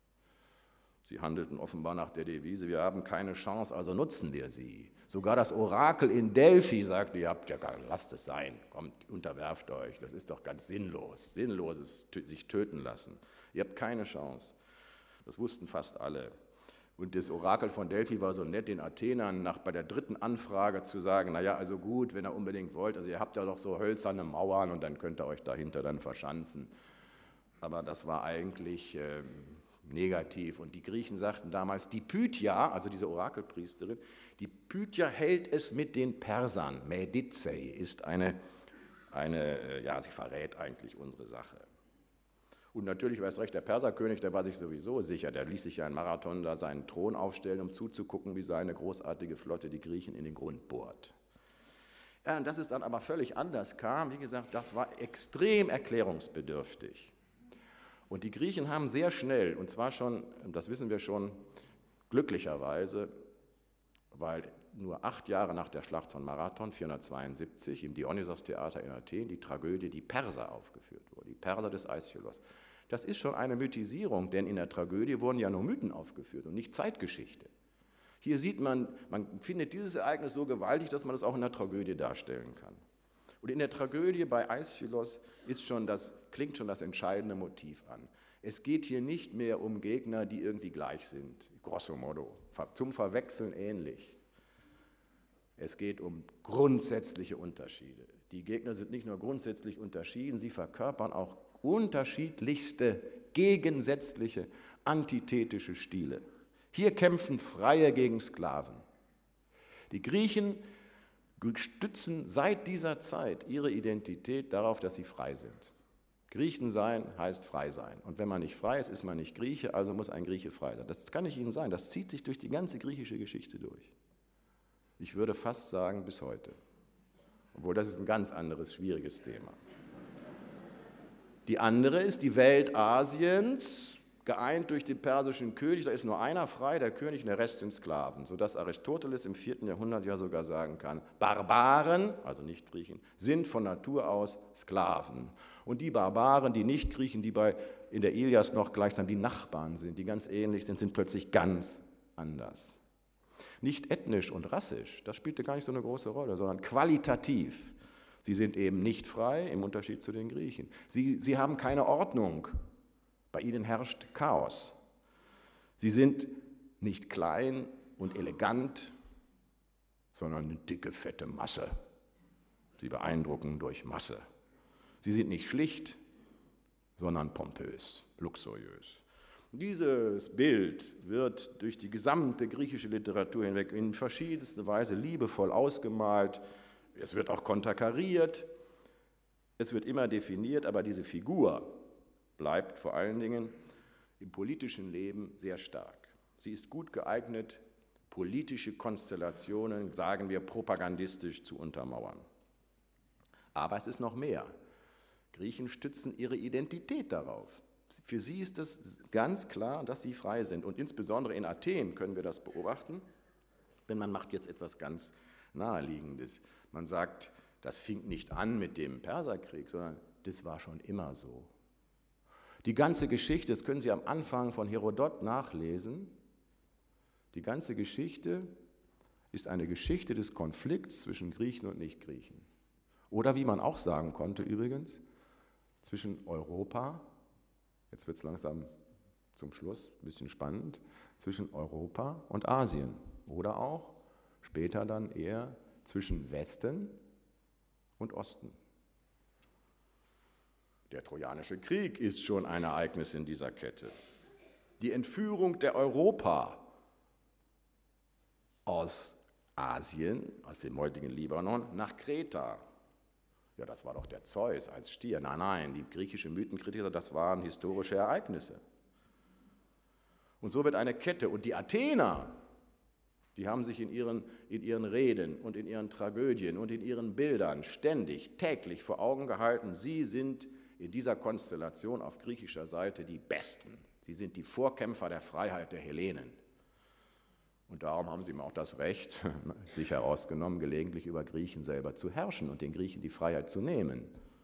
Sie handelten offenbar nach der Devise, wir haben keine Chance, also nutzen wir sie. Sogar das Orakel in Delphi sagte, ihr habt ja gar, lasst es sein, kommt, unterwerft euch, das ist doch ganz sinnlos, sinnloses sich töten lassen. Ihr habt keine Chance. Das wussten fast alle. Und das Orakel von Delphi war so nett, den Athenern nach bei der dritten Anfrage zu sagen, naja, also gut, wenn ihr unbedingt wollt, also ihr habt ja doch so hölzerne Mauern und dann könnt ihr euch dahinter dann verschanzen. Aber das war eigentlich äh, negativ. Und die Griechen sagten damals, die Pythia, also diese Orakelpriesterin, die Pythia hält es mit den Persern. Medizei ist eine, eine, ja, sie verrät eigentlich unsere Sache. Und natürlich war es recht, der Perserkönig, der war sich sowieso sicher, der ließ sich ja in Marathon da seinen Thron aufstellen, um zuzugucken, wie seine großartige Flotte die Griechen in den Grund bohrt. Ja, und dass es dann aber völlig anders kam, wie gesagt, das war extrem erklärungsbedürftig. Und die Griechen haben sehr schnell, und zwar schon, das wissen wir schon, glücklicherweise, weil nur acht Jahre nach der Schlacht von Marathon, vierhundertzweiundsiebzig, im Dionysos-Theater in Athen, die Tragödie Die Perser aufgeführt wurde, die Perser des Aeschylus. Das ist schon eine Mythisierung, denn in der Tragödie wurden ja nur Mythen aufgeführt und nicht Zeitgeschichte. Hier sieht man, man findet dieses Ereignis so gewaltig, dass man es auch in der Tragödie darstellen kann. Und in der Tragödie bei Aeschylus ist schon das, klingt schon das entscheidende Motiv an. Es geht hier nicht mehr um Gegner, die irgendwie gleich sind, grosso modo, zum Verwechseln ähnlich. Es geht um grundsätzliche Unterschiede. Die Gegner sind nicht nur grundsätzlich unterschieden, sie verkörpern auch unterschiedlichste, gegensätzliche, antithetische Stile. Hier kämpfen Freie gegen Sklaven. Die Griechen stützen seit dieser Zeit ihre Identität darauf, dass sie frei sind. Griechen sein heißt frei sein. Und wenn man nicht frei ist, ist man nicht Grieche, also muss ein Grieche frei sein. Das kann ich Ihnen sagen, das zieht sich durch die ganze griechische Geschichte durch. Ich würde fast sagen, bis heute. Obwohl, das ist ein ganz anderes, schwieriges Thema. Die andere ist die Welt Asiens, geeint durch den persischen König. Da ist nur einer frei, der König, und der Rest sind Sklaven. Sodass Aristoteles im vierten Jahrhundert ja sogar sagen kann, Barbaren, also nicht Griechen, sind von Natur aus Sklaven. Und die Barbaren, die nicht Griechen, die bei, in der Ilias noch gleichsam die Nachbarn sind, die ganz ähnlich sind, sind plötzlich ganz anders. Nicht ethnisch und rassisch, das spielte gar nicht so eine große Rolle, sondern qualitativ. Sie sind eben nicht frei, im Unterschied zu den Griechen. Sie, sie haben keine Ordnung, bei ihnen herrscht Chaos. Sie sind nicht klein und elegant, sondern eine dicke, fette Masse. Sie beeindrucken durch Masse. Sie sind nicht schlicht, sondern pompös, luxuriös. Dieses Bild wird durch die gesamte griechische Literatur hinweg in verschiedenster Weise liebevoll ausgemalt. Es wird auch konterkariert, es wird immer definiert, aber diese Figur bleibt vor allen Dingen im politischen Leben sehr stark. Sie ist gut geeignet, politische Konstellationen, sagen wir, propagandistisch zu untermauern. Aber es ist noch mehr. Griechen stützen ihre Identität darauf. Für sie ist es ganz klar, dass sie frei sind. Und insbesondere in Athen können wir das beobachten, denn man macht jetzt etwas ganz Naheliegendes. Man sagt, das fing nicht an mit dem Perserkrieg, sondern das war schon immer so. Die ganze Geschichte, das können Sie am Anfang von Herodot nachlesen, die ganze Geschichte ist eine Geschichte des Konflikts zwischen Griechen und Nichtgriechen. Oder wie man auch sagen konnte übrigens, zwischen Europa, jetzt wird es langsam zum Schluss ein bisschen spannend, zwischen Europa und Asien. Oder auch später dann eher zwischen Westen und Osten. Der Trojanische Krieg ist schon ein Ereignis in dieser Kette. Die Entführung der Europa aus Asien, aus dem heutigen Libanon, nach Kreta. Ja, das war doch der Zeus als Stier. Nein, nein, die griechische Mythenkritiker, das waren historische Ereignisse. Und so wird eine Kette. Und die Athener, die haben sich in ihren, in ihren Reden und in ihren Tragödien und in ihren Bildern ständig, täglich vor Augen gehalten, sie sind in dieser Konstellation auf griechischer Seite die Besten. Sie sind die Vorkämpfer der Freiheit der Hellenen. Und darum haben sie ihm auch das Recht, sich herausgenommen, gelegentlich über Griechen selber zu herrschen und den Griechen die Freiheit zu nehmen.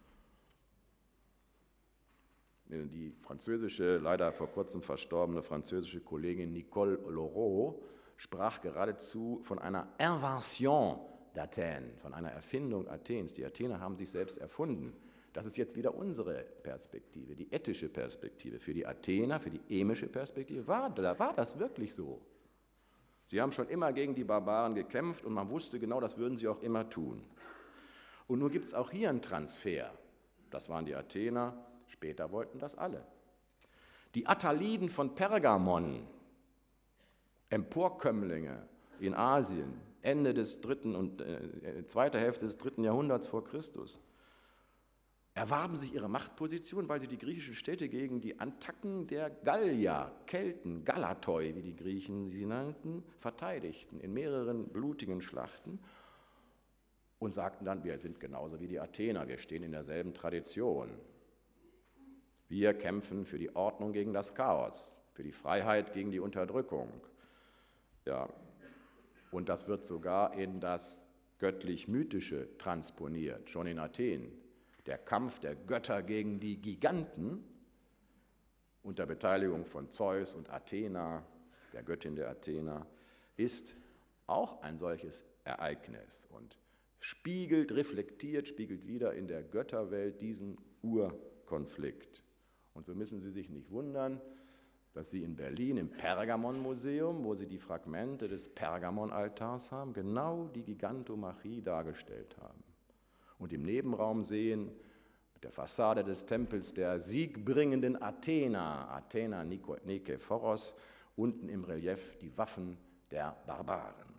Die französische, leider vor kurzem verstorbene französische Kollegin Nicole Laureau sprach geradezu von einer Invention d'Athen, von einer Erfindung Athens. Die Athener haben sich selbst erfunden. Das ist jetzt wieder unsere Perspektive, die ethische Perspektive. Für die Athener, für die emische Perspektive war, war das wirklich so. Sie haben schon immer gegen die Barbaren gekämpft und man wusste genau, das würden sie auch immer tun. Und nun gibt es auch hier einen Transfer. Das waren die Athener, später wollten das alle. Die Attaliden von Pergamon, Emporkömmlinge in Asien, Ende des dritten und äh, zweite Hälfte des dritten Jahrhunderts vor Christus, erwarben sich ihre Machtposition, weil sie die griechischen Städte gegen die Attacken der Gallier, Kelten, Galatoi, wie die Griechen sie nannten, verteidigten in mehreren blutigen Schlachten und sagten dann, wir sind genauso wie die Athener, wir stehen in derselben Tradition. Wir kämpfen für die Ordnung gegen das Chaos, für die Freiheit gegen die Unterdrückung. Ja, und das wird sogar in das göttlich-mythische transponiert, schon in Athen. Der Kampf der Götter gegen die Giganten unter Beteiligung von Zeus und Athena, der Göttin der Athener, ist auch ein solches Ereignis und spiegelt, reflektiert, spiegelt wieder in der Götterwelt diesen Urkonflikt. Und so müssen Sie sich nicht wundern, dass Sie in Berlin im Pergamon-Museum, wo Sie die Fragmente des Pergamon-Altars haben, genau die Gigantomachie dargestellt haben. Und im Nebenraum sehen, mit der Fassade des Tempels der siegbringenden Athena, Athena Nikephoros, unten im Relief die Waffen der Barbaren.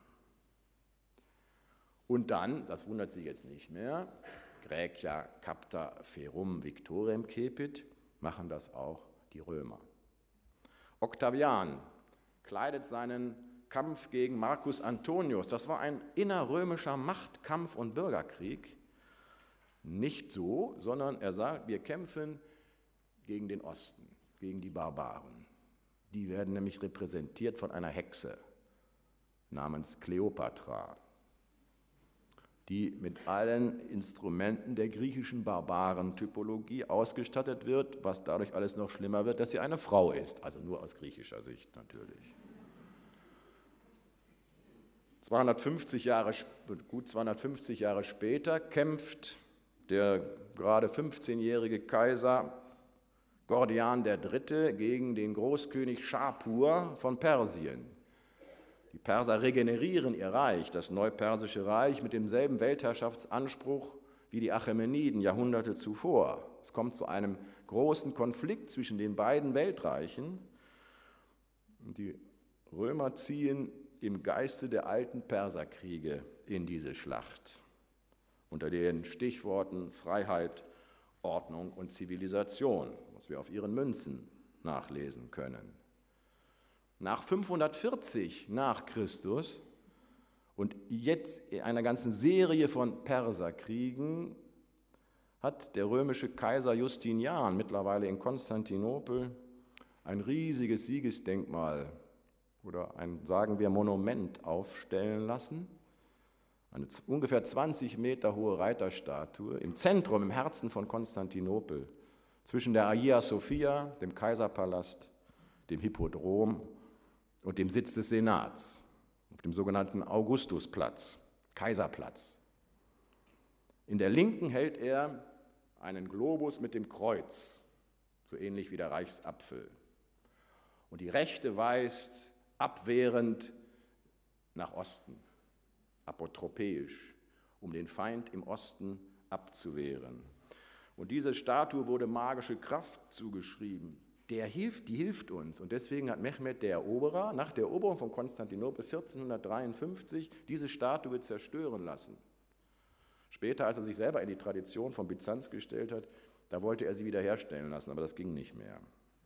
Und dann, das wundert Sie jetzt nicht mehr, Graecia capta ferum victorem cepit, machen das auch die Römer. Octavian kleidet seinen Kampf gegen Marcus Antonius, das war ein innerrömischer Machtkampf und Bürgerkrieg, nicht so, sondern er sagt, wir kämpfen gegen den Osten, gegen die Barbaren. Die werden nämlich repräsentiert von einer Hexe namens Kleopatra, die mit allen Instrumenten der griechischen Barbarentypologie ausgestattet wird, was dadurch alles noch schlimmer wird, dass sie eine Frau ist, also nur aus griechischer Sicht natürlich. zweihundertfünfzig Jahre, gut zweihundertfünfzig Jahre später kämpft der gerade fünfzehnjährige Kaiser Gordian der Dritte gegen den Großkönig Schapur von Persien. Die Perser regenerieren ihr Reich, das Neupersische Reich, mit demselben Weltherrschaftsanspruch wie die Achämeniden Jahrhunderte zuvor. Es kommt zu einem großen Konflikt zwischen den beiden Weltreichen. Und die Römer ziehen im Geiste der alten Perserkriege in diese Schlacht, unter den Stichworten Freiheit, Ordnung und Zivilisation, was wir auf ihren Münzen nachlesen können. Nach fünfhundertvierzig nach Christus und jetzt in einer ganzen Serie von Perserkriegen hat der römische Kaiser Justinian mittlerweile in Konstantinopel ein riesiges Siegesdenkmal oder ein, sagen wir, Monument aufstellen lassen. Eine ungefähr zwanzig Meter hohe Reiterstatue im Zentrum, im Herzen von Konstantinopel, zwischen der Hagia Sophia, dem Kaiserpalast, dem Hippodrom und dem Sitz des Senats, auf dem sogenannten Augustusplatz, Kaiserplatz. In der Linken hält er einen Globus mit dem Kreuz, so ähnlich wie der Reichsapfel. Und die Rechte weist abwehrend nach Osten, apotropeisch, um den Feind im Osten abzuwehren. Und diese Statue wurde magische Kraft zugeschrieben. der hilft, die hilft uns. Und deswegen hat Mehmed der Eroberer nach der Eroberung von Konstantinopel vierzehnhundertdreiundfünfzig diese Statue zerstören lassen. Später, als er sich selber in die Tradition von Byzanz gestellt hat, da wollte er sie wiederherstellen lassen, aber das ging nicht mehr.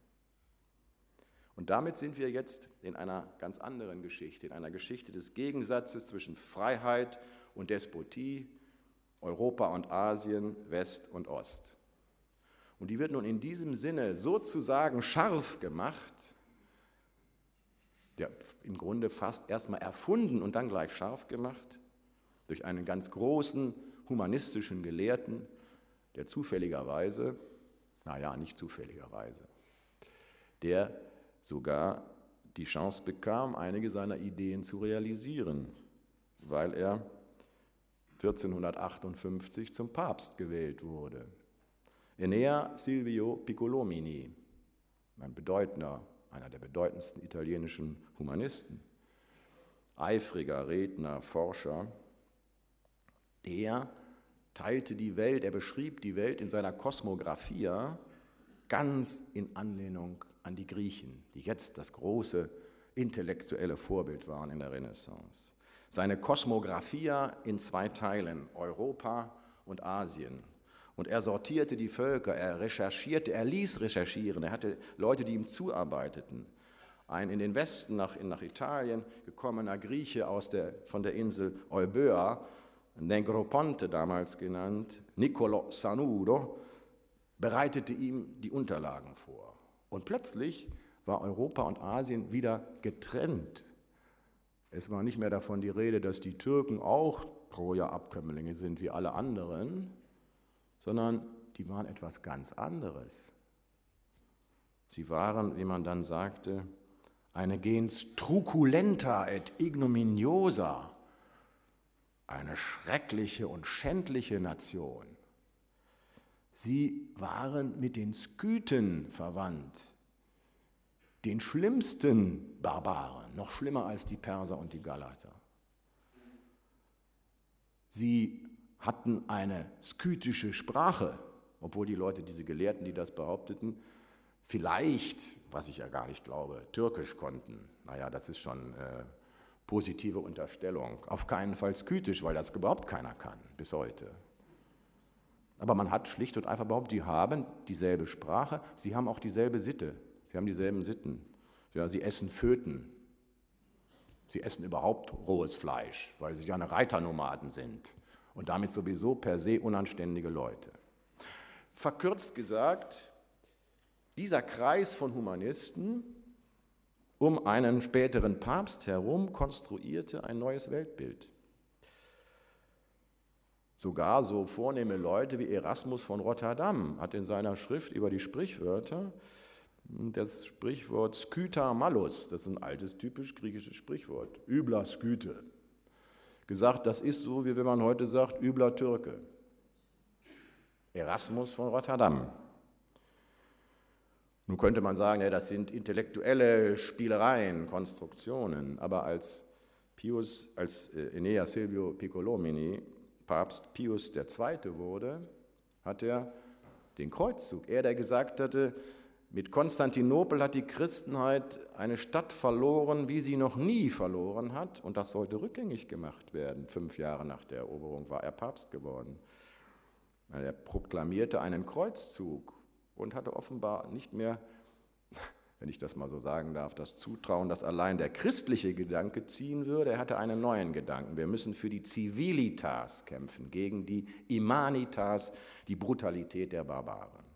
Und damit sind wir jetzt in einer ganz anderen Geschichte, in einer Geschichte des Gegensatzes zwischen Freiheit und Despotie, Europa und Asien, West und Ost. Und die wird nun in diesem Sinne sozusagen scharf gemacht, ja, im Grunde fast erstmal erfunden und dann gleich scharf gemacht, durch einen ganz großen humanistischen Gelehrten, der zufälligerweise, naja, nicht zufälligerweise, der sogar die Chance bekam, einige seiner Ideen zu realisieren, weil er vierzehnhundertachtundfünfzig zum Papst gewählt wurde. Enea Silvio Piccolomini, ein bedeutender, einer der bedeutendsten italienischen Humanisten, eifriger Redner, Forscher, der teilte die Welt, er beschrieb die Welt in seiner Kosmographia ganz in Anlehnung an die Griechen, die jetzt das große intellektuelle Vorbild waren in der Renaissance. Seine Kosmographia in zwei Teilen, Europa und Asien. Und er sortierte die Völker, er recherchierte, er ließ recherchieren, er hatte Leute, die ihm zuarbeiteten. Ein in den Westen nach, nach Italien gekommener Grieche aus der, von der Insel Euböa, Negroponte damals genannt, Niccolò Sanudo, bereitete ihm die Unterlagen vor. Und plötzlich war Europa und Asien wieder getrennt. Es war nicht mehr davon die Rede, dass die Türken auch Troja-Abkömmlinge sind wie alle anderen, sondern die waren etwas ganz anderes. Sie waren, wie man dann sagte, eine gens truculenta et ignominiosa, eine schreckliche und schändliche Nation. Sie waren mit den Skythen verwandt, den schlimmsten Barbaren, noch schlimmer als die Perser und die Galater. Sie hatten eine skythische Sprache, obwohl die Leute, diese Gelehrten, die das behaupteten, vielleicht, was ich ja gar nicht glaube, Türkisch konnten. Naja, das ist schon äh, positive Unterstellung. Auf keinen Fall skythisch, weil das überhaupt keiner kann, bis heute. Aber man hat schlicht und einfach behauptet, die haben dieselbe Sprache, sie haben auch dieselbe Sitte, sie haben dieselben Sitten. Ja, sie essen Föten, sie essen überhaupt rohes Fleisch, weil sie ja eine Reiternomaden sind und damit sowieso per se unanständige Leute. Verkürzt gesagt, dieser Kreis von Humanisten um einen späteren Papst herum konstruierte ein neues Weltbild. Sogar so vornehme Leute wie Erasmus von Rotterdam hat in seiner Schrift über die Sprichwörter das Sprichwort Skyta malus, das ist ein altes, typisch griechisches Sprichwort, übler Skythe, gesagt, das ist so, wie wenn man heute sagt, übler Türke. Erasmus von Rotterdam. Nun könnte man sagen, ja, das sind intellektuelle Spielereien, Konstruktionen, aber als Pius, als Enea Silvio Piccolomini Papst Pius der Zweite wurde, hat er den Kreuzzug, er, der gesagt hatte, mit Konstantinopel hat die Christenheit eine Stadt verloren, wie sie noch nie verloren hat, und das sollte rückgängig gemacht werden. Fünf Jahre nach der Eroberung war er Papst geworden. Er proklamierte einen Kreuzzug und hatte offenbar nicht mehr, wenn ich das mal so sagen darf, das Zutrauen, dass allein der christliche Gedanke ziehen würde. Er hatte einen neuen Gedanken. Wir müssen für die Civilitas kämpfen, gegen die Imanitas, die Brutalität der Barbaren.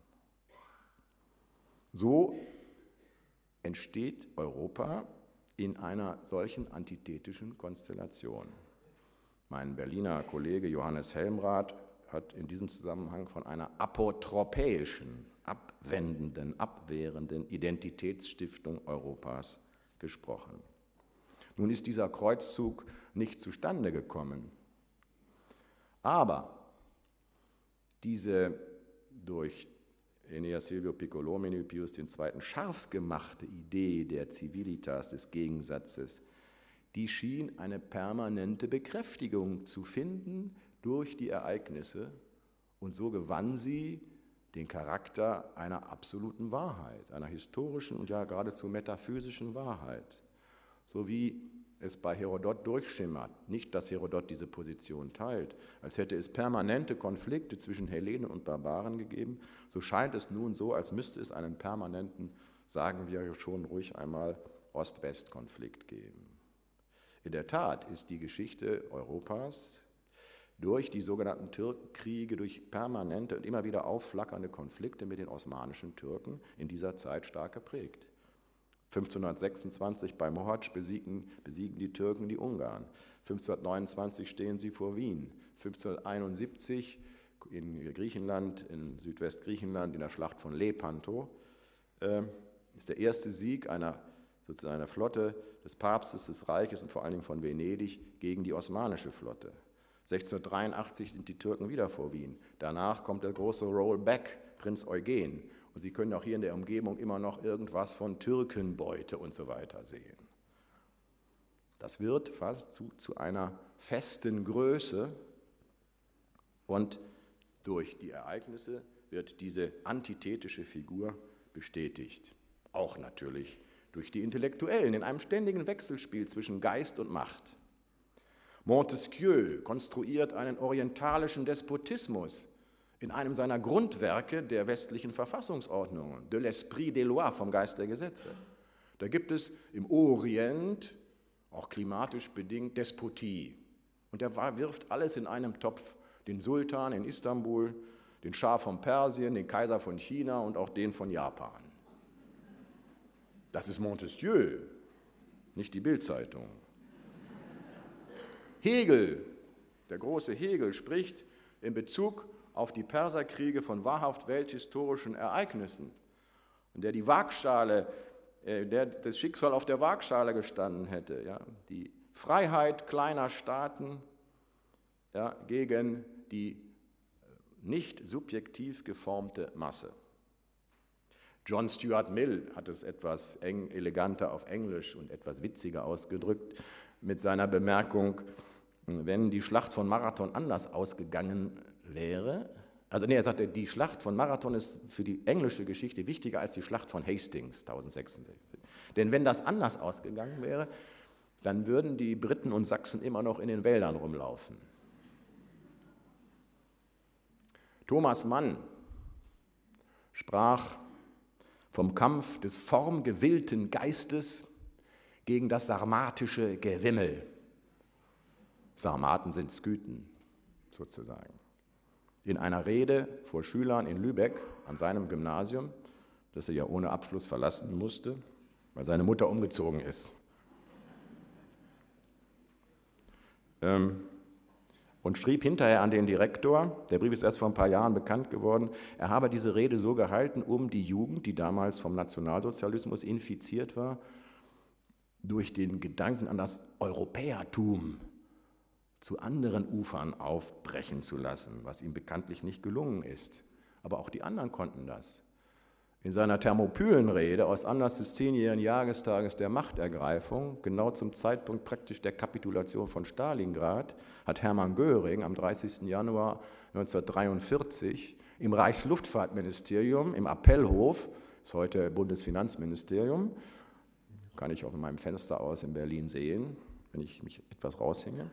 So entsteht Europa in einer solchen antithetischen Konstellation. Mein Berliner Kollege Johannes Helmrath hat in diesem Zusammenhang von einer apotropäischen, abwendenden, abwehrenden Identitätsstiftung Europas gesprochen. Nun ist dieser Kreuzzug nicht zustande gekommen, aber diese durch Enea Silvio Piccolomini, Pius der Zweite, scharf gemachte Idee der Civilitas, des Gegensatzes, die schien eine permanente Bekräftigung zu finden durch die Ereignisse, und so gewann sie den Charakter einer absoluten Wahrheit, einer historischen und ja geradezu metaphysischen Wahrheit. So wie es bei Herodot durchschimmert, nicht, dass Herodot diese Position teilt, als hätte es permanente Konflikte zwischen Hellenen und Barbaren gegeben, so scheint es nun so, als müsste es einen permanenten, sagen wir schon ruhig einmal, Ost-West-Konflikt geben. In der Tat ist die Geschichte Europas durch die sogenannten Türkenkriege, durch permanente und immer wieder aufflackernde Konflikte mit den osmanischen Türken in dieser Zeit stark geprägt. fünfzehnhundertsechsundzwanzig bei Mohacs besiegen, besiegen die Türken die Ungarn. fünfzehnhundertneunundzwanzig stehen sie vor Wien. fünfzehnhunderteinundsiebzig in Griechenland, in Südwestgriechenland, in der Schlacht von Lepanto, äh, ist der erste Sieg einer, sozusagen einer Flotte des Papstes, des Reiches und vor allen Dingen von Venedig gegen die osmanische Flotte. sechzehnhundertdreiundachtzig sind die Türken wieder vor Wien. Danach kommt der große Rollback, Prinz Eugen. Und Sie können auch hier in der Umgebung immer noch irgendwas von Türkenbeute und so weiter sehen. Das wird fast zu, zu einer festen Größe und durch die Ereignisse wird diese antithetische Figur bestätigt. Auch natürlich durch die Intellektuellen in einem ständigen Wechselspiel zwischen Geist und Macht. Montesquieu konstruiert einen orientalischen Despotismus in einem seiner Grundwerke der westlichen Verfassungsordnungen, de l'esprit des lois, vom Geist der Gesetze. Da gibt es im Orient, auch klimatisch bedingt, Despotie. Und er wirft alles in einem Topf, den Sultan in Istanbul, den Schah von Persien, den Kaiser von China und auch den von Japan. Das ist Montesquieu, nicht die Bild-Zeitung. Hegel, der große Hegel, spricht in Bezug auf die Perserkriege von wahrhaft welthistorischen Ereignissen, in der die Waagschale, äh, der das Schicksal auf der Waagschale gestanden hätte, ja, die Freiheit kleiner Staaten, ja, gegen die nicht subjektiv geformte Masse. John Stuart Mill hat es etwas eng, eleganter auf Englisch und etwas witziger ausgedrückt mit seiner Bemerkung, wenn die Schlacht von Marathon anders ausgegangen wäre, also nee, er sagte, die Schlacht von Marathon ist für die englische Geschichte wichtiger als die Schlacht von Hastings tausendsechsundsechzig. Denn wenn das anders ausgegangen wäre, dann würden die Briten und Sachsen immer noch in den Wäldern rumlaufen. Thomas Mann sprach vom Kampf des formgewillten Geistes gegen das sarmatische Gewimmel. Sarmaten sind Skythen sozusagen. In einer Rede vor Schülern in Lübeck an seinem Gymnasium, das er ja ohne Abschluss verlassen musste, weil seine Mutter umgezogen ist. Ähm, und schrieb hinterher an den Direktor, der Brief ist erst vor ein paar Jahren bekannt geworden, er habe diese Rede so gehalten, um die Jugend, die damals vom Nationalsozialismus infiziert war, durch den Gedanken an das Europäertum zu anderen Ufern aufbrechen zu lassen, was ihm bekanntlich nicht gelungen ist. Aber auch die anderen konnten das. In seiner Thermopylenrede aus Anlass des zehnjährigen Jahrestages der Machtergreifung, genau zum Zeitpunkt praktisch der Kapitulation von Stalingrad, hat Hermann Göring am dreißigsten Januar neunzehnhundertdreiundvierzig im Reichsluftfahrtministerium, im Appellhof, ist heute Bundesfinanzministerium, kann ich auch von meinem Fenster aus in Berlin sehen, wenn ich mich etwas raushänge,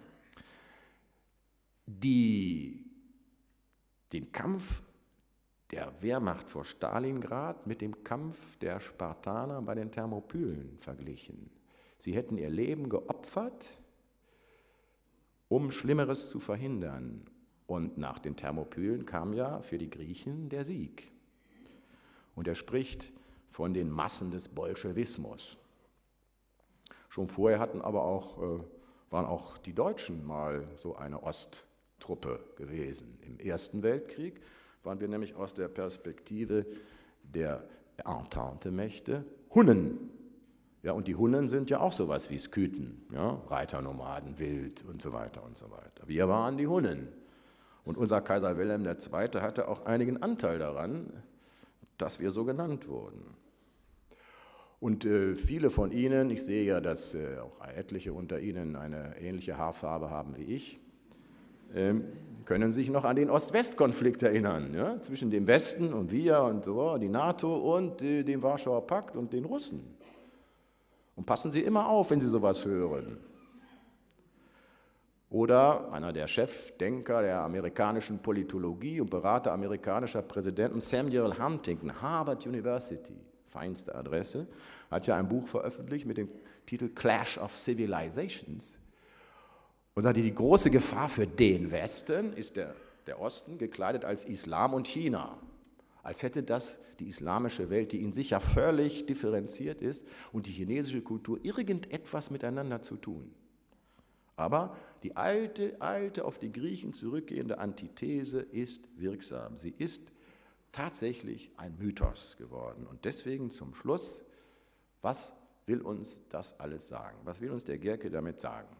die, den Kampf der Wehrmacht vor Stalingrad mit dem Kampf der Spartaner bei den Thermopylen verglichen. Sie hätten ihr Leben geopfert, um Schlimmeres zu verhindern. Und nach den Thermopylen kam ja für die Griechen der Sieg. Und er spricht von den Massen des Bolschewismus. Schon vorher hatten aber auch, äh, waren auch die Deutschen mal so eine Osttruppe gewesen. Im Ersten Weltkrieg waren wir nämlich aus der Perspektive der Entente-Mächte Hunnen. Ja, und die Hunnen sind ja auch sowas wie Skythen, ja, Reiternomaden, Wild und so weiter und so weiter. Wir waren die Hunnen. Und unser Kaiser Wilhelm der Zweite hatte auch einigen Anteil daran, dass wir so genannt wurden. Und äh, viele von Ihnen, ich sehe ja, dass äh, auch etliche unter Ihnen eine ähnliche Haarfarbe haben wie ich, äh, können sich noch an den Ost-West-Konflikt erinnern, ja, zwischen dem Westen und wir und so, die NATO und äh, dem Warschauer Pakt und den Russen. Und passen Sie immer auf, wenn Sie sowas hören. Oder einer der Chefdenker der amerikanischen Politologie und Berater amerikanischer Präsidenten, Samuel Huntington, Harvard University, feinste Adresse, hat ja ein Buch veröffentlicht mit dem Titel Clash of Civilizations. Und sagte, die große Gefahr für den Westen ist der, der Osten, gekleidet als Islam und China. Als hätte das die islamische Welt, die in sich ja völlig differenziert ist, und die chinesische Kultur irgendetwas miteinander zu tun. Aber die alte, alte, auf die Griechen zurückgehende Antithese ist wirksam. Sie ist tatsächlich ein Mythos geworden. Und deswegen zum Schluss, was will uns das alles sagen? Was will uns der Gerke damit sagen?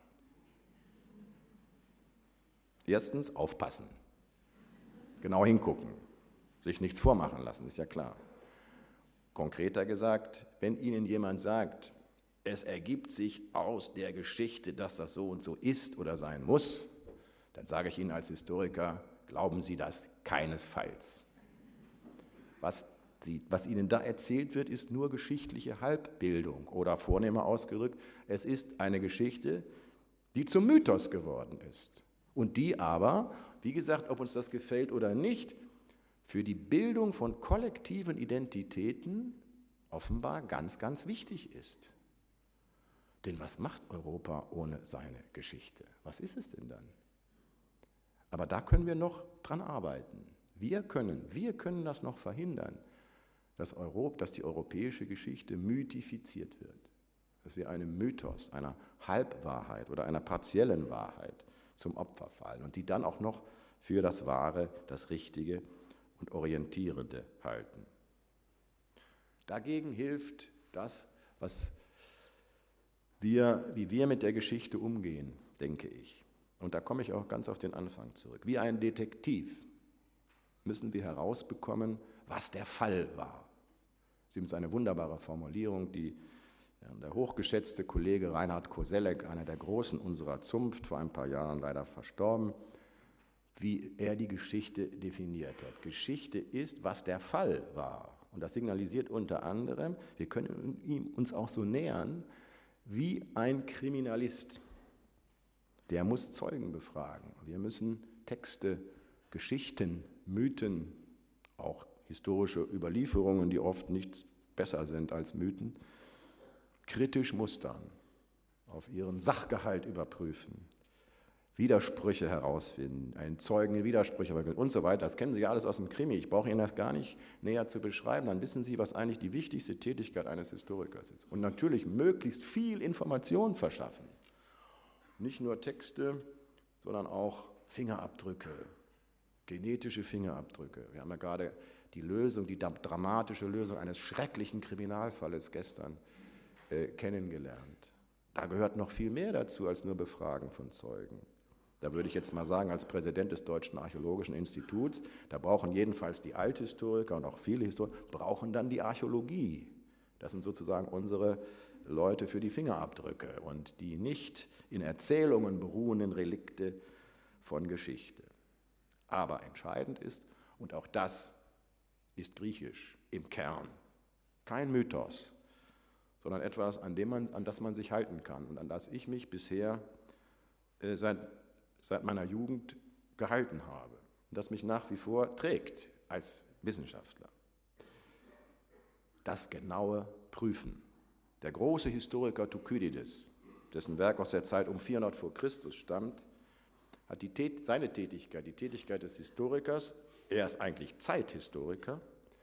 Erstens, aufpassen, genau hingucken, sich nichts vormachen lassen, ist ja klar. Konkreter gesagt, wenn Ihnen jemand sagt, es ergibt sich aus der Geschichte, dass das so und so ist oder sein muss, dann sage ich Ihnen als Historiker, glauben Sie das keinesfalls. Was, Sie, was Ihnen da erzählt wird, ist nur geschichtliche Halbbildung oder vornehmer ausgedrückt, es ist eine Geschichte, die zum Mythos geworden ist. Und die aber, wie gesagt, ob uns das gefällt oder nicht, für die Bildung von kollektiven Identitäten offenbar ganz, ganz wichtig ist. Denn was macht Europa ohne seine Geschichte? Was ist es denn dann? Aber da können wir noch dran arbeiten. Wir können, wir können das noch verhindern, dass, Europa, dass die europäische Geschichte mythifiziert wird. Dass wir einem Mythos, einer Halbwahrheit oder einer partiellen Wahrheit zum Opfer fallen und die dann auch noch für das Wahre, das Richtige und Orientierende halten. Dagegen hilft das, was wir, wie wir mit der Geschichte umgehen, denke ich. Und da komme ich auch ganz auf den Anfang zurück. Wie ein Detektiv müssen wir herausbekommen, was der Fall war. Sie haben so eine wunderbare Formulierung, die der hochgeschätzte Kollege Reinhard Koselleck, einer der Großen unserer Zunft, vor ein paar Jahren leider verstorben, wie er die Geschichte definiert hat. Geschichte ist, was der Fall war. Und das signalisiert unter anderem, wir können ihm uns auch so nähern, wie ein Kriminalist. Der muss Zeugen befragen. Wir müssen Texte, Geschichten, Mythen, auch historische Überlieferungen, die oft nichts besser sind als Mythen, kritisch mustern, auf ihren Sachgehalt überprüfen, Widersprüche herausfinden, einen Zeugen in Widersprüche verwickeln und so weiter. Das kennen Sie ja alles aus dem Krimi. Ich brauche Ihnen das gar nicht näher zu beschreiben. Dann wissen Sie, was eigentlich die wichtigste Tätigkeit eines Historikers ist. Und natürlich möglichst viel Information verschaffen. Nicht nur Texte, sondern auch Fingerabdrücke, genetische Fingerabdrücke. Wir haben ja gerade die Lösung, die dramatische Lösung eines schrecklichen Kriminalfalles gestern äh, kennengelernt. Da gehört noch viel mehr dazu als nur Befragen von Zeugen. Da würde ich jetzt mal sagen, als Präsident des Deutschen Archäologischen Instituts, da brauchen jedenfalls die Althistoriker und auch viele Historiker, brauchen dann die Archäologie. Das sind sozusagen unsere Leute für die Fingerabdrücke und die nicht in Erzählungen beruhenden Relikte von Geschichte. Aber entscheidend ist, und auch das ist griechisch im Kern, kein Mythos, sondern etwas, an, dem man, an das man sich halten kann und an das ich mich bisher äh, seit, seit meiner Jugend gehalten habe und das mich nach wie vor trägt als Wissenschaftler. Das genaue Prüfen. Der große Historiker Thukydides, dessen Werk aus der Zeit um vierhundert vor Christus stammt, hat die, seine Tätigkeit, die Tätigkeit des Historikers, er ist eigentlich Zeithistoriker,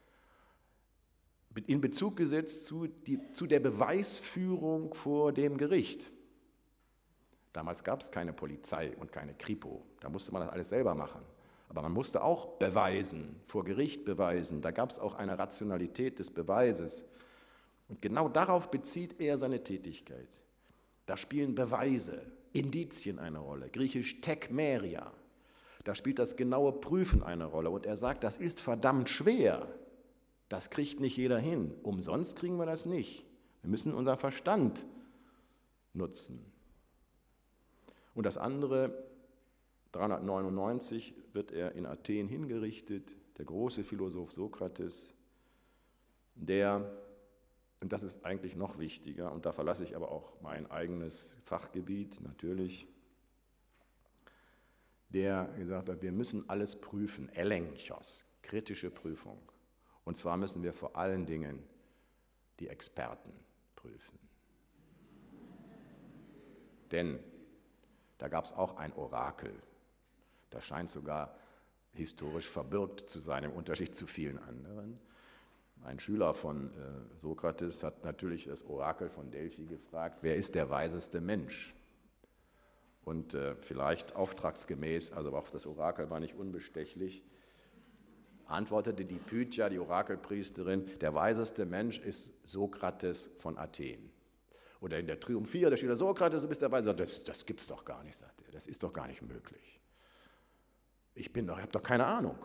in Bezug gesetzt zu, die, zu der Beweisführung vor dem Gericht. Damals gab es keine Polizei und keine Kripo, da musste man das alles selber machen. Aber man musste auch beweisen, vor Gericht beweisen, da gab es auch eine Rationalität des Beweises. Und genau darauf bezieht er seine Tätigkeit. Da spielen Beweise, Indizien eine Rolle, griechisch tekmeria. Da spielt das genaue Prüfen eine Rolle. Und er sagt, das ist verdammt schwer. Das kriegt nicht jeder hin. Umsonst kriegen wir das nicht. Wir müssen unseren Verstand nutzen. Und das andere, dreihundertneunundneunzig wird er in Athen hingerichtet, der große Philosoph Sokrates, der, und das ist eigentlich noch wichtiger, und da verlasse ich aber auch mein eigenes Fachgebiet natürlich, der gesagt hat, wir müssen alles prüfen, Elenchos, kritische Prüfung. Und zwar müssen wir vor allen Dingen die Experten prüfen. Denn da gab es auch ein Orakel, das scheint sogar historisch verbürgt zu sein, im Unterschied zu vielen anderen. Ein Schüler von äh, Sokrates hat natürlich das Orakel von Delphi gefragt, wer ist der weiseste Mensch? Und äh, vielleicht auftragsgemäß, also auch das Orakel war nicht unbestechlich, antwortete die Pythia, die Orakelpriesterin, der weiseste Mensch ist Sokrates von Athen. Oder in der Triumphia, da steht der Sokrates, du bist der Weise. Das, das gibt's doch gar nicht, sagt er, das ist doch gar nicht möglich. Ich bin doch, ich habe doch keine Ahnung.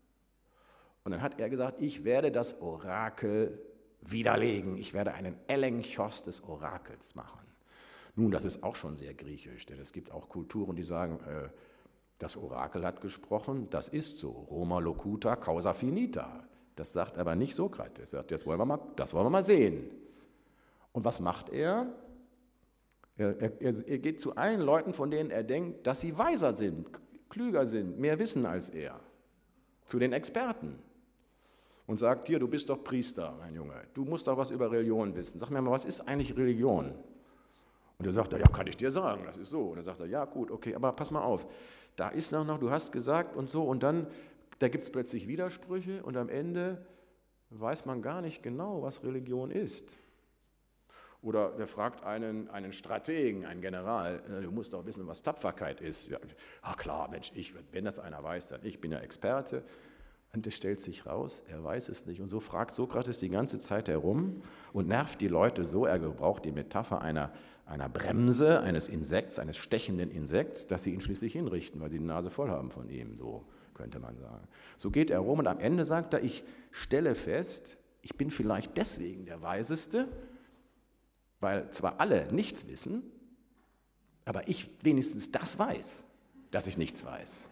Und dann hat er gesagt, ich werde das Orakel widerlegen, ich werde einen Elenchos des Orakels machen. Nun, das ist auch schon sehr griechisch, denn es gibt auch Kulturen, die sagen, äh, das Orakel hat gesprochen, das ist so. Roma locuta, causa finita. Das sagt aber nicht Sokrates. Er sagt, das wollen wir mal, das wollen wir mal sehen. Und was macht er? Er, er? Er geht zu allen Leuten, von denen er denkt, dass sie weiser sind, klüger sind, mehr wissen als er. Zu den Experten. Und sagt, hier, du bist doch Priester, mein Junge. Du musst doch was über Religion wissen. Sag mir mal, was ist eigentlich Religion? Und er sagt, ja, kann ich dir sagen, das ist so. Und dann sagt er, ja gut, okay, aber pass mal auf, da ist noch, noch du hast gesagt und so, und dann, da gibt es plötzlich Widersprüche und am Ende weiß man gar nicht genau, was Religion ist. Oder er fragt einen, einen Strategen, einen General, du musst doch wissen, was Tapferkeit ist. Ja, ach klar, Mensch, ich, wenn das einer weiß, dann ich bin ja Experte. Und es stellt sich raus, er weiß es nicht. Und so fragt Sokrates die ganze Zeit herum und nervt die Leute so, er gebraucht die Metapher einer, einer Bremse, eines Insekts, eines stechenden Insekts, dass sie ihn schließlich hinrichten, weil sie die Nase voll haben von ihm, so könnte man sagen. So geht er rum und am Ende sagt er, ich stelle fest, ich bin vielleicht deswegen der Weiseste, weil zwar alle nichts wissen, aber ich wenigstens das weiß, dass ich nichts weiß.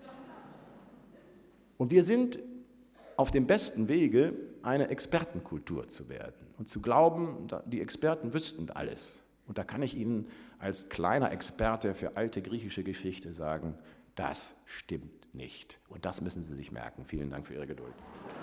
Und wir sind auf dem besten Wege, eine Expertenkultur zu werden und zu glauben, die Experten wüssten alles. Und da kann ich Ihnen als kleiner Experte für alte griechische Geschichte sagen, das stimmt nicht. Und das müssen Sie sich merken. Vielen Dank für Ihre Geduld.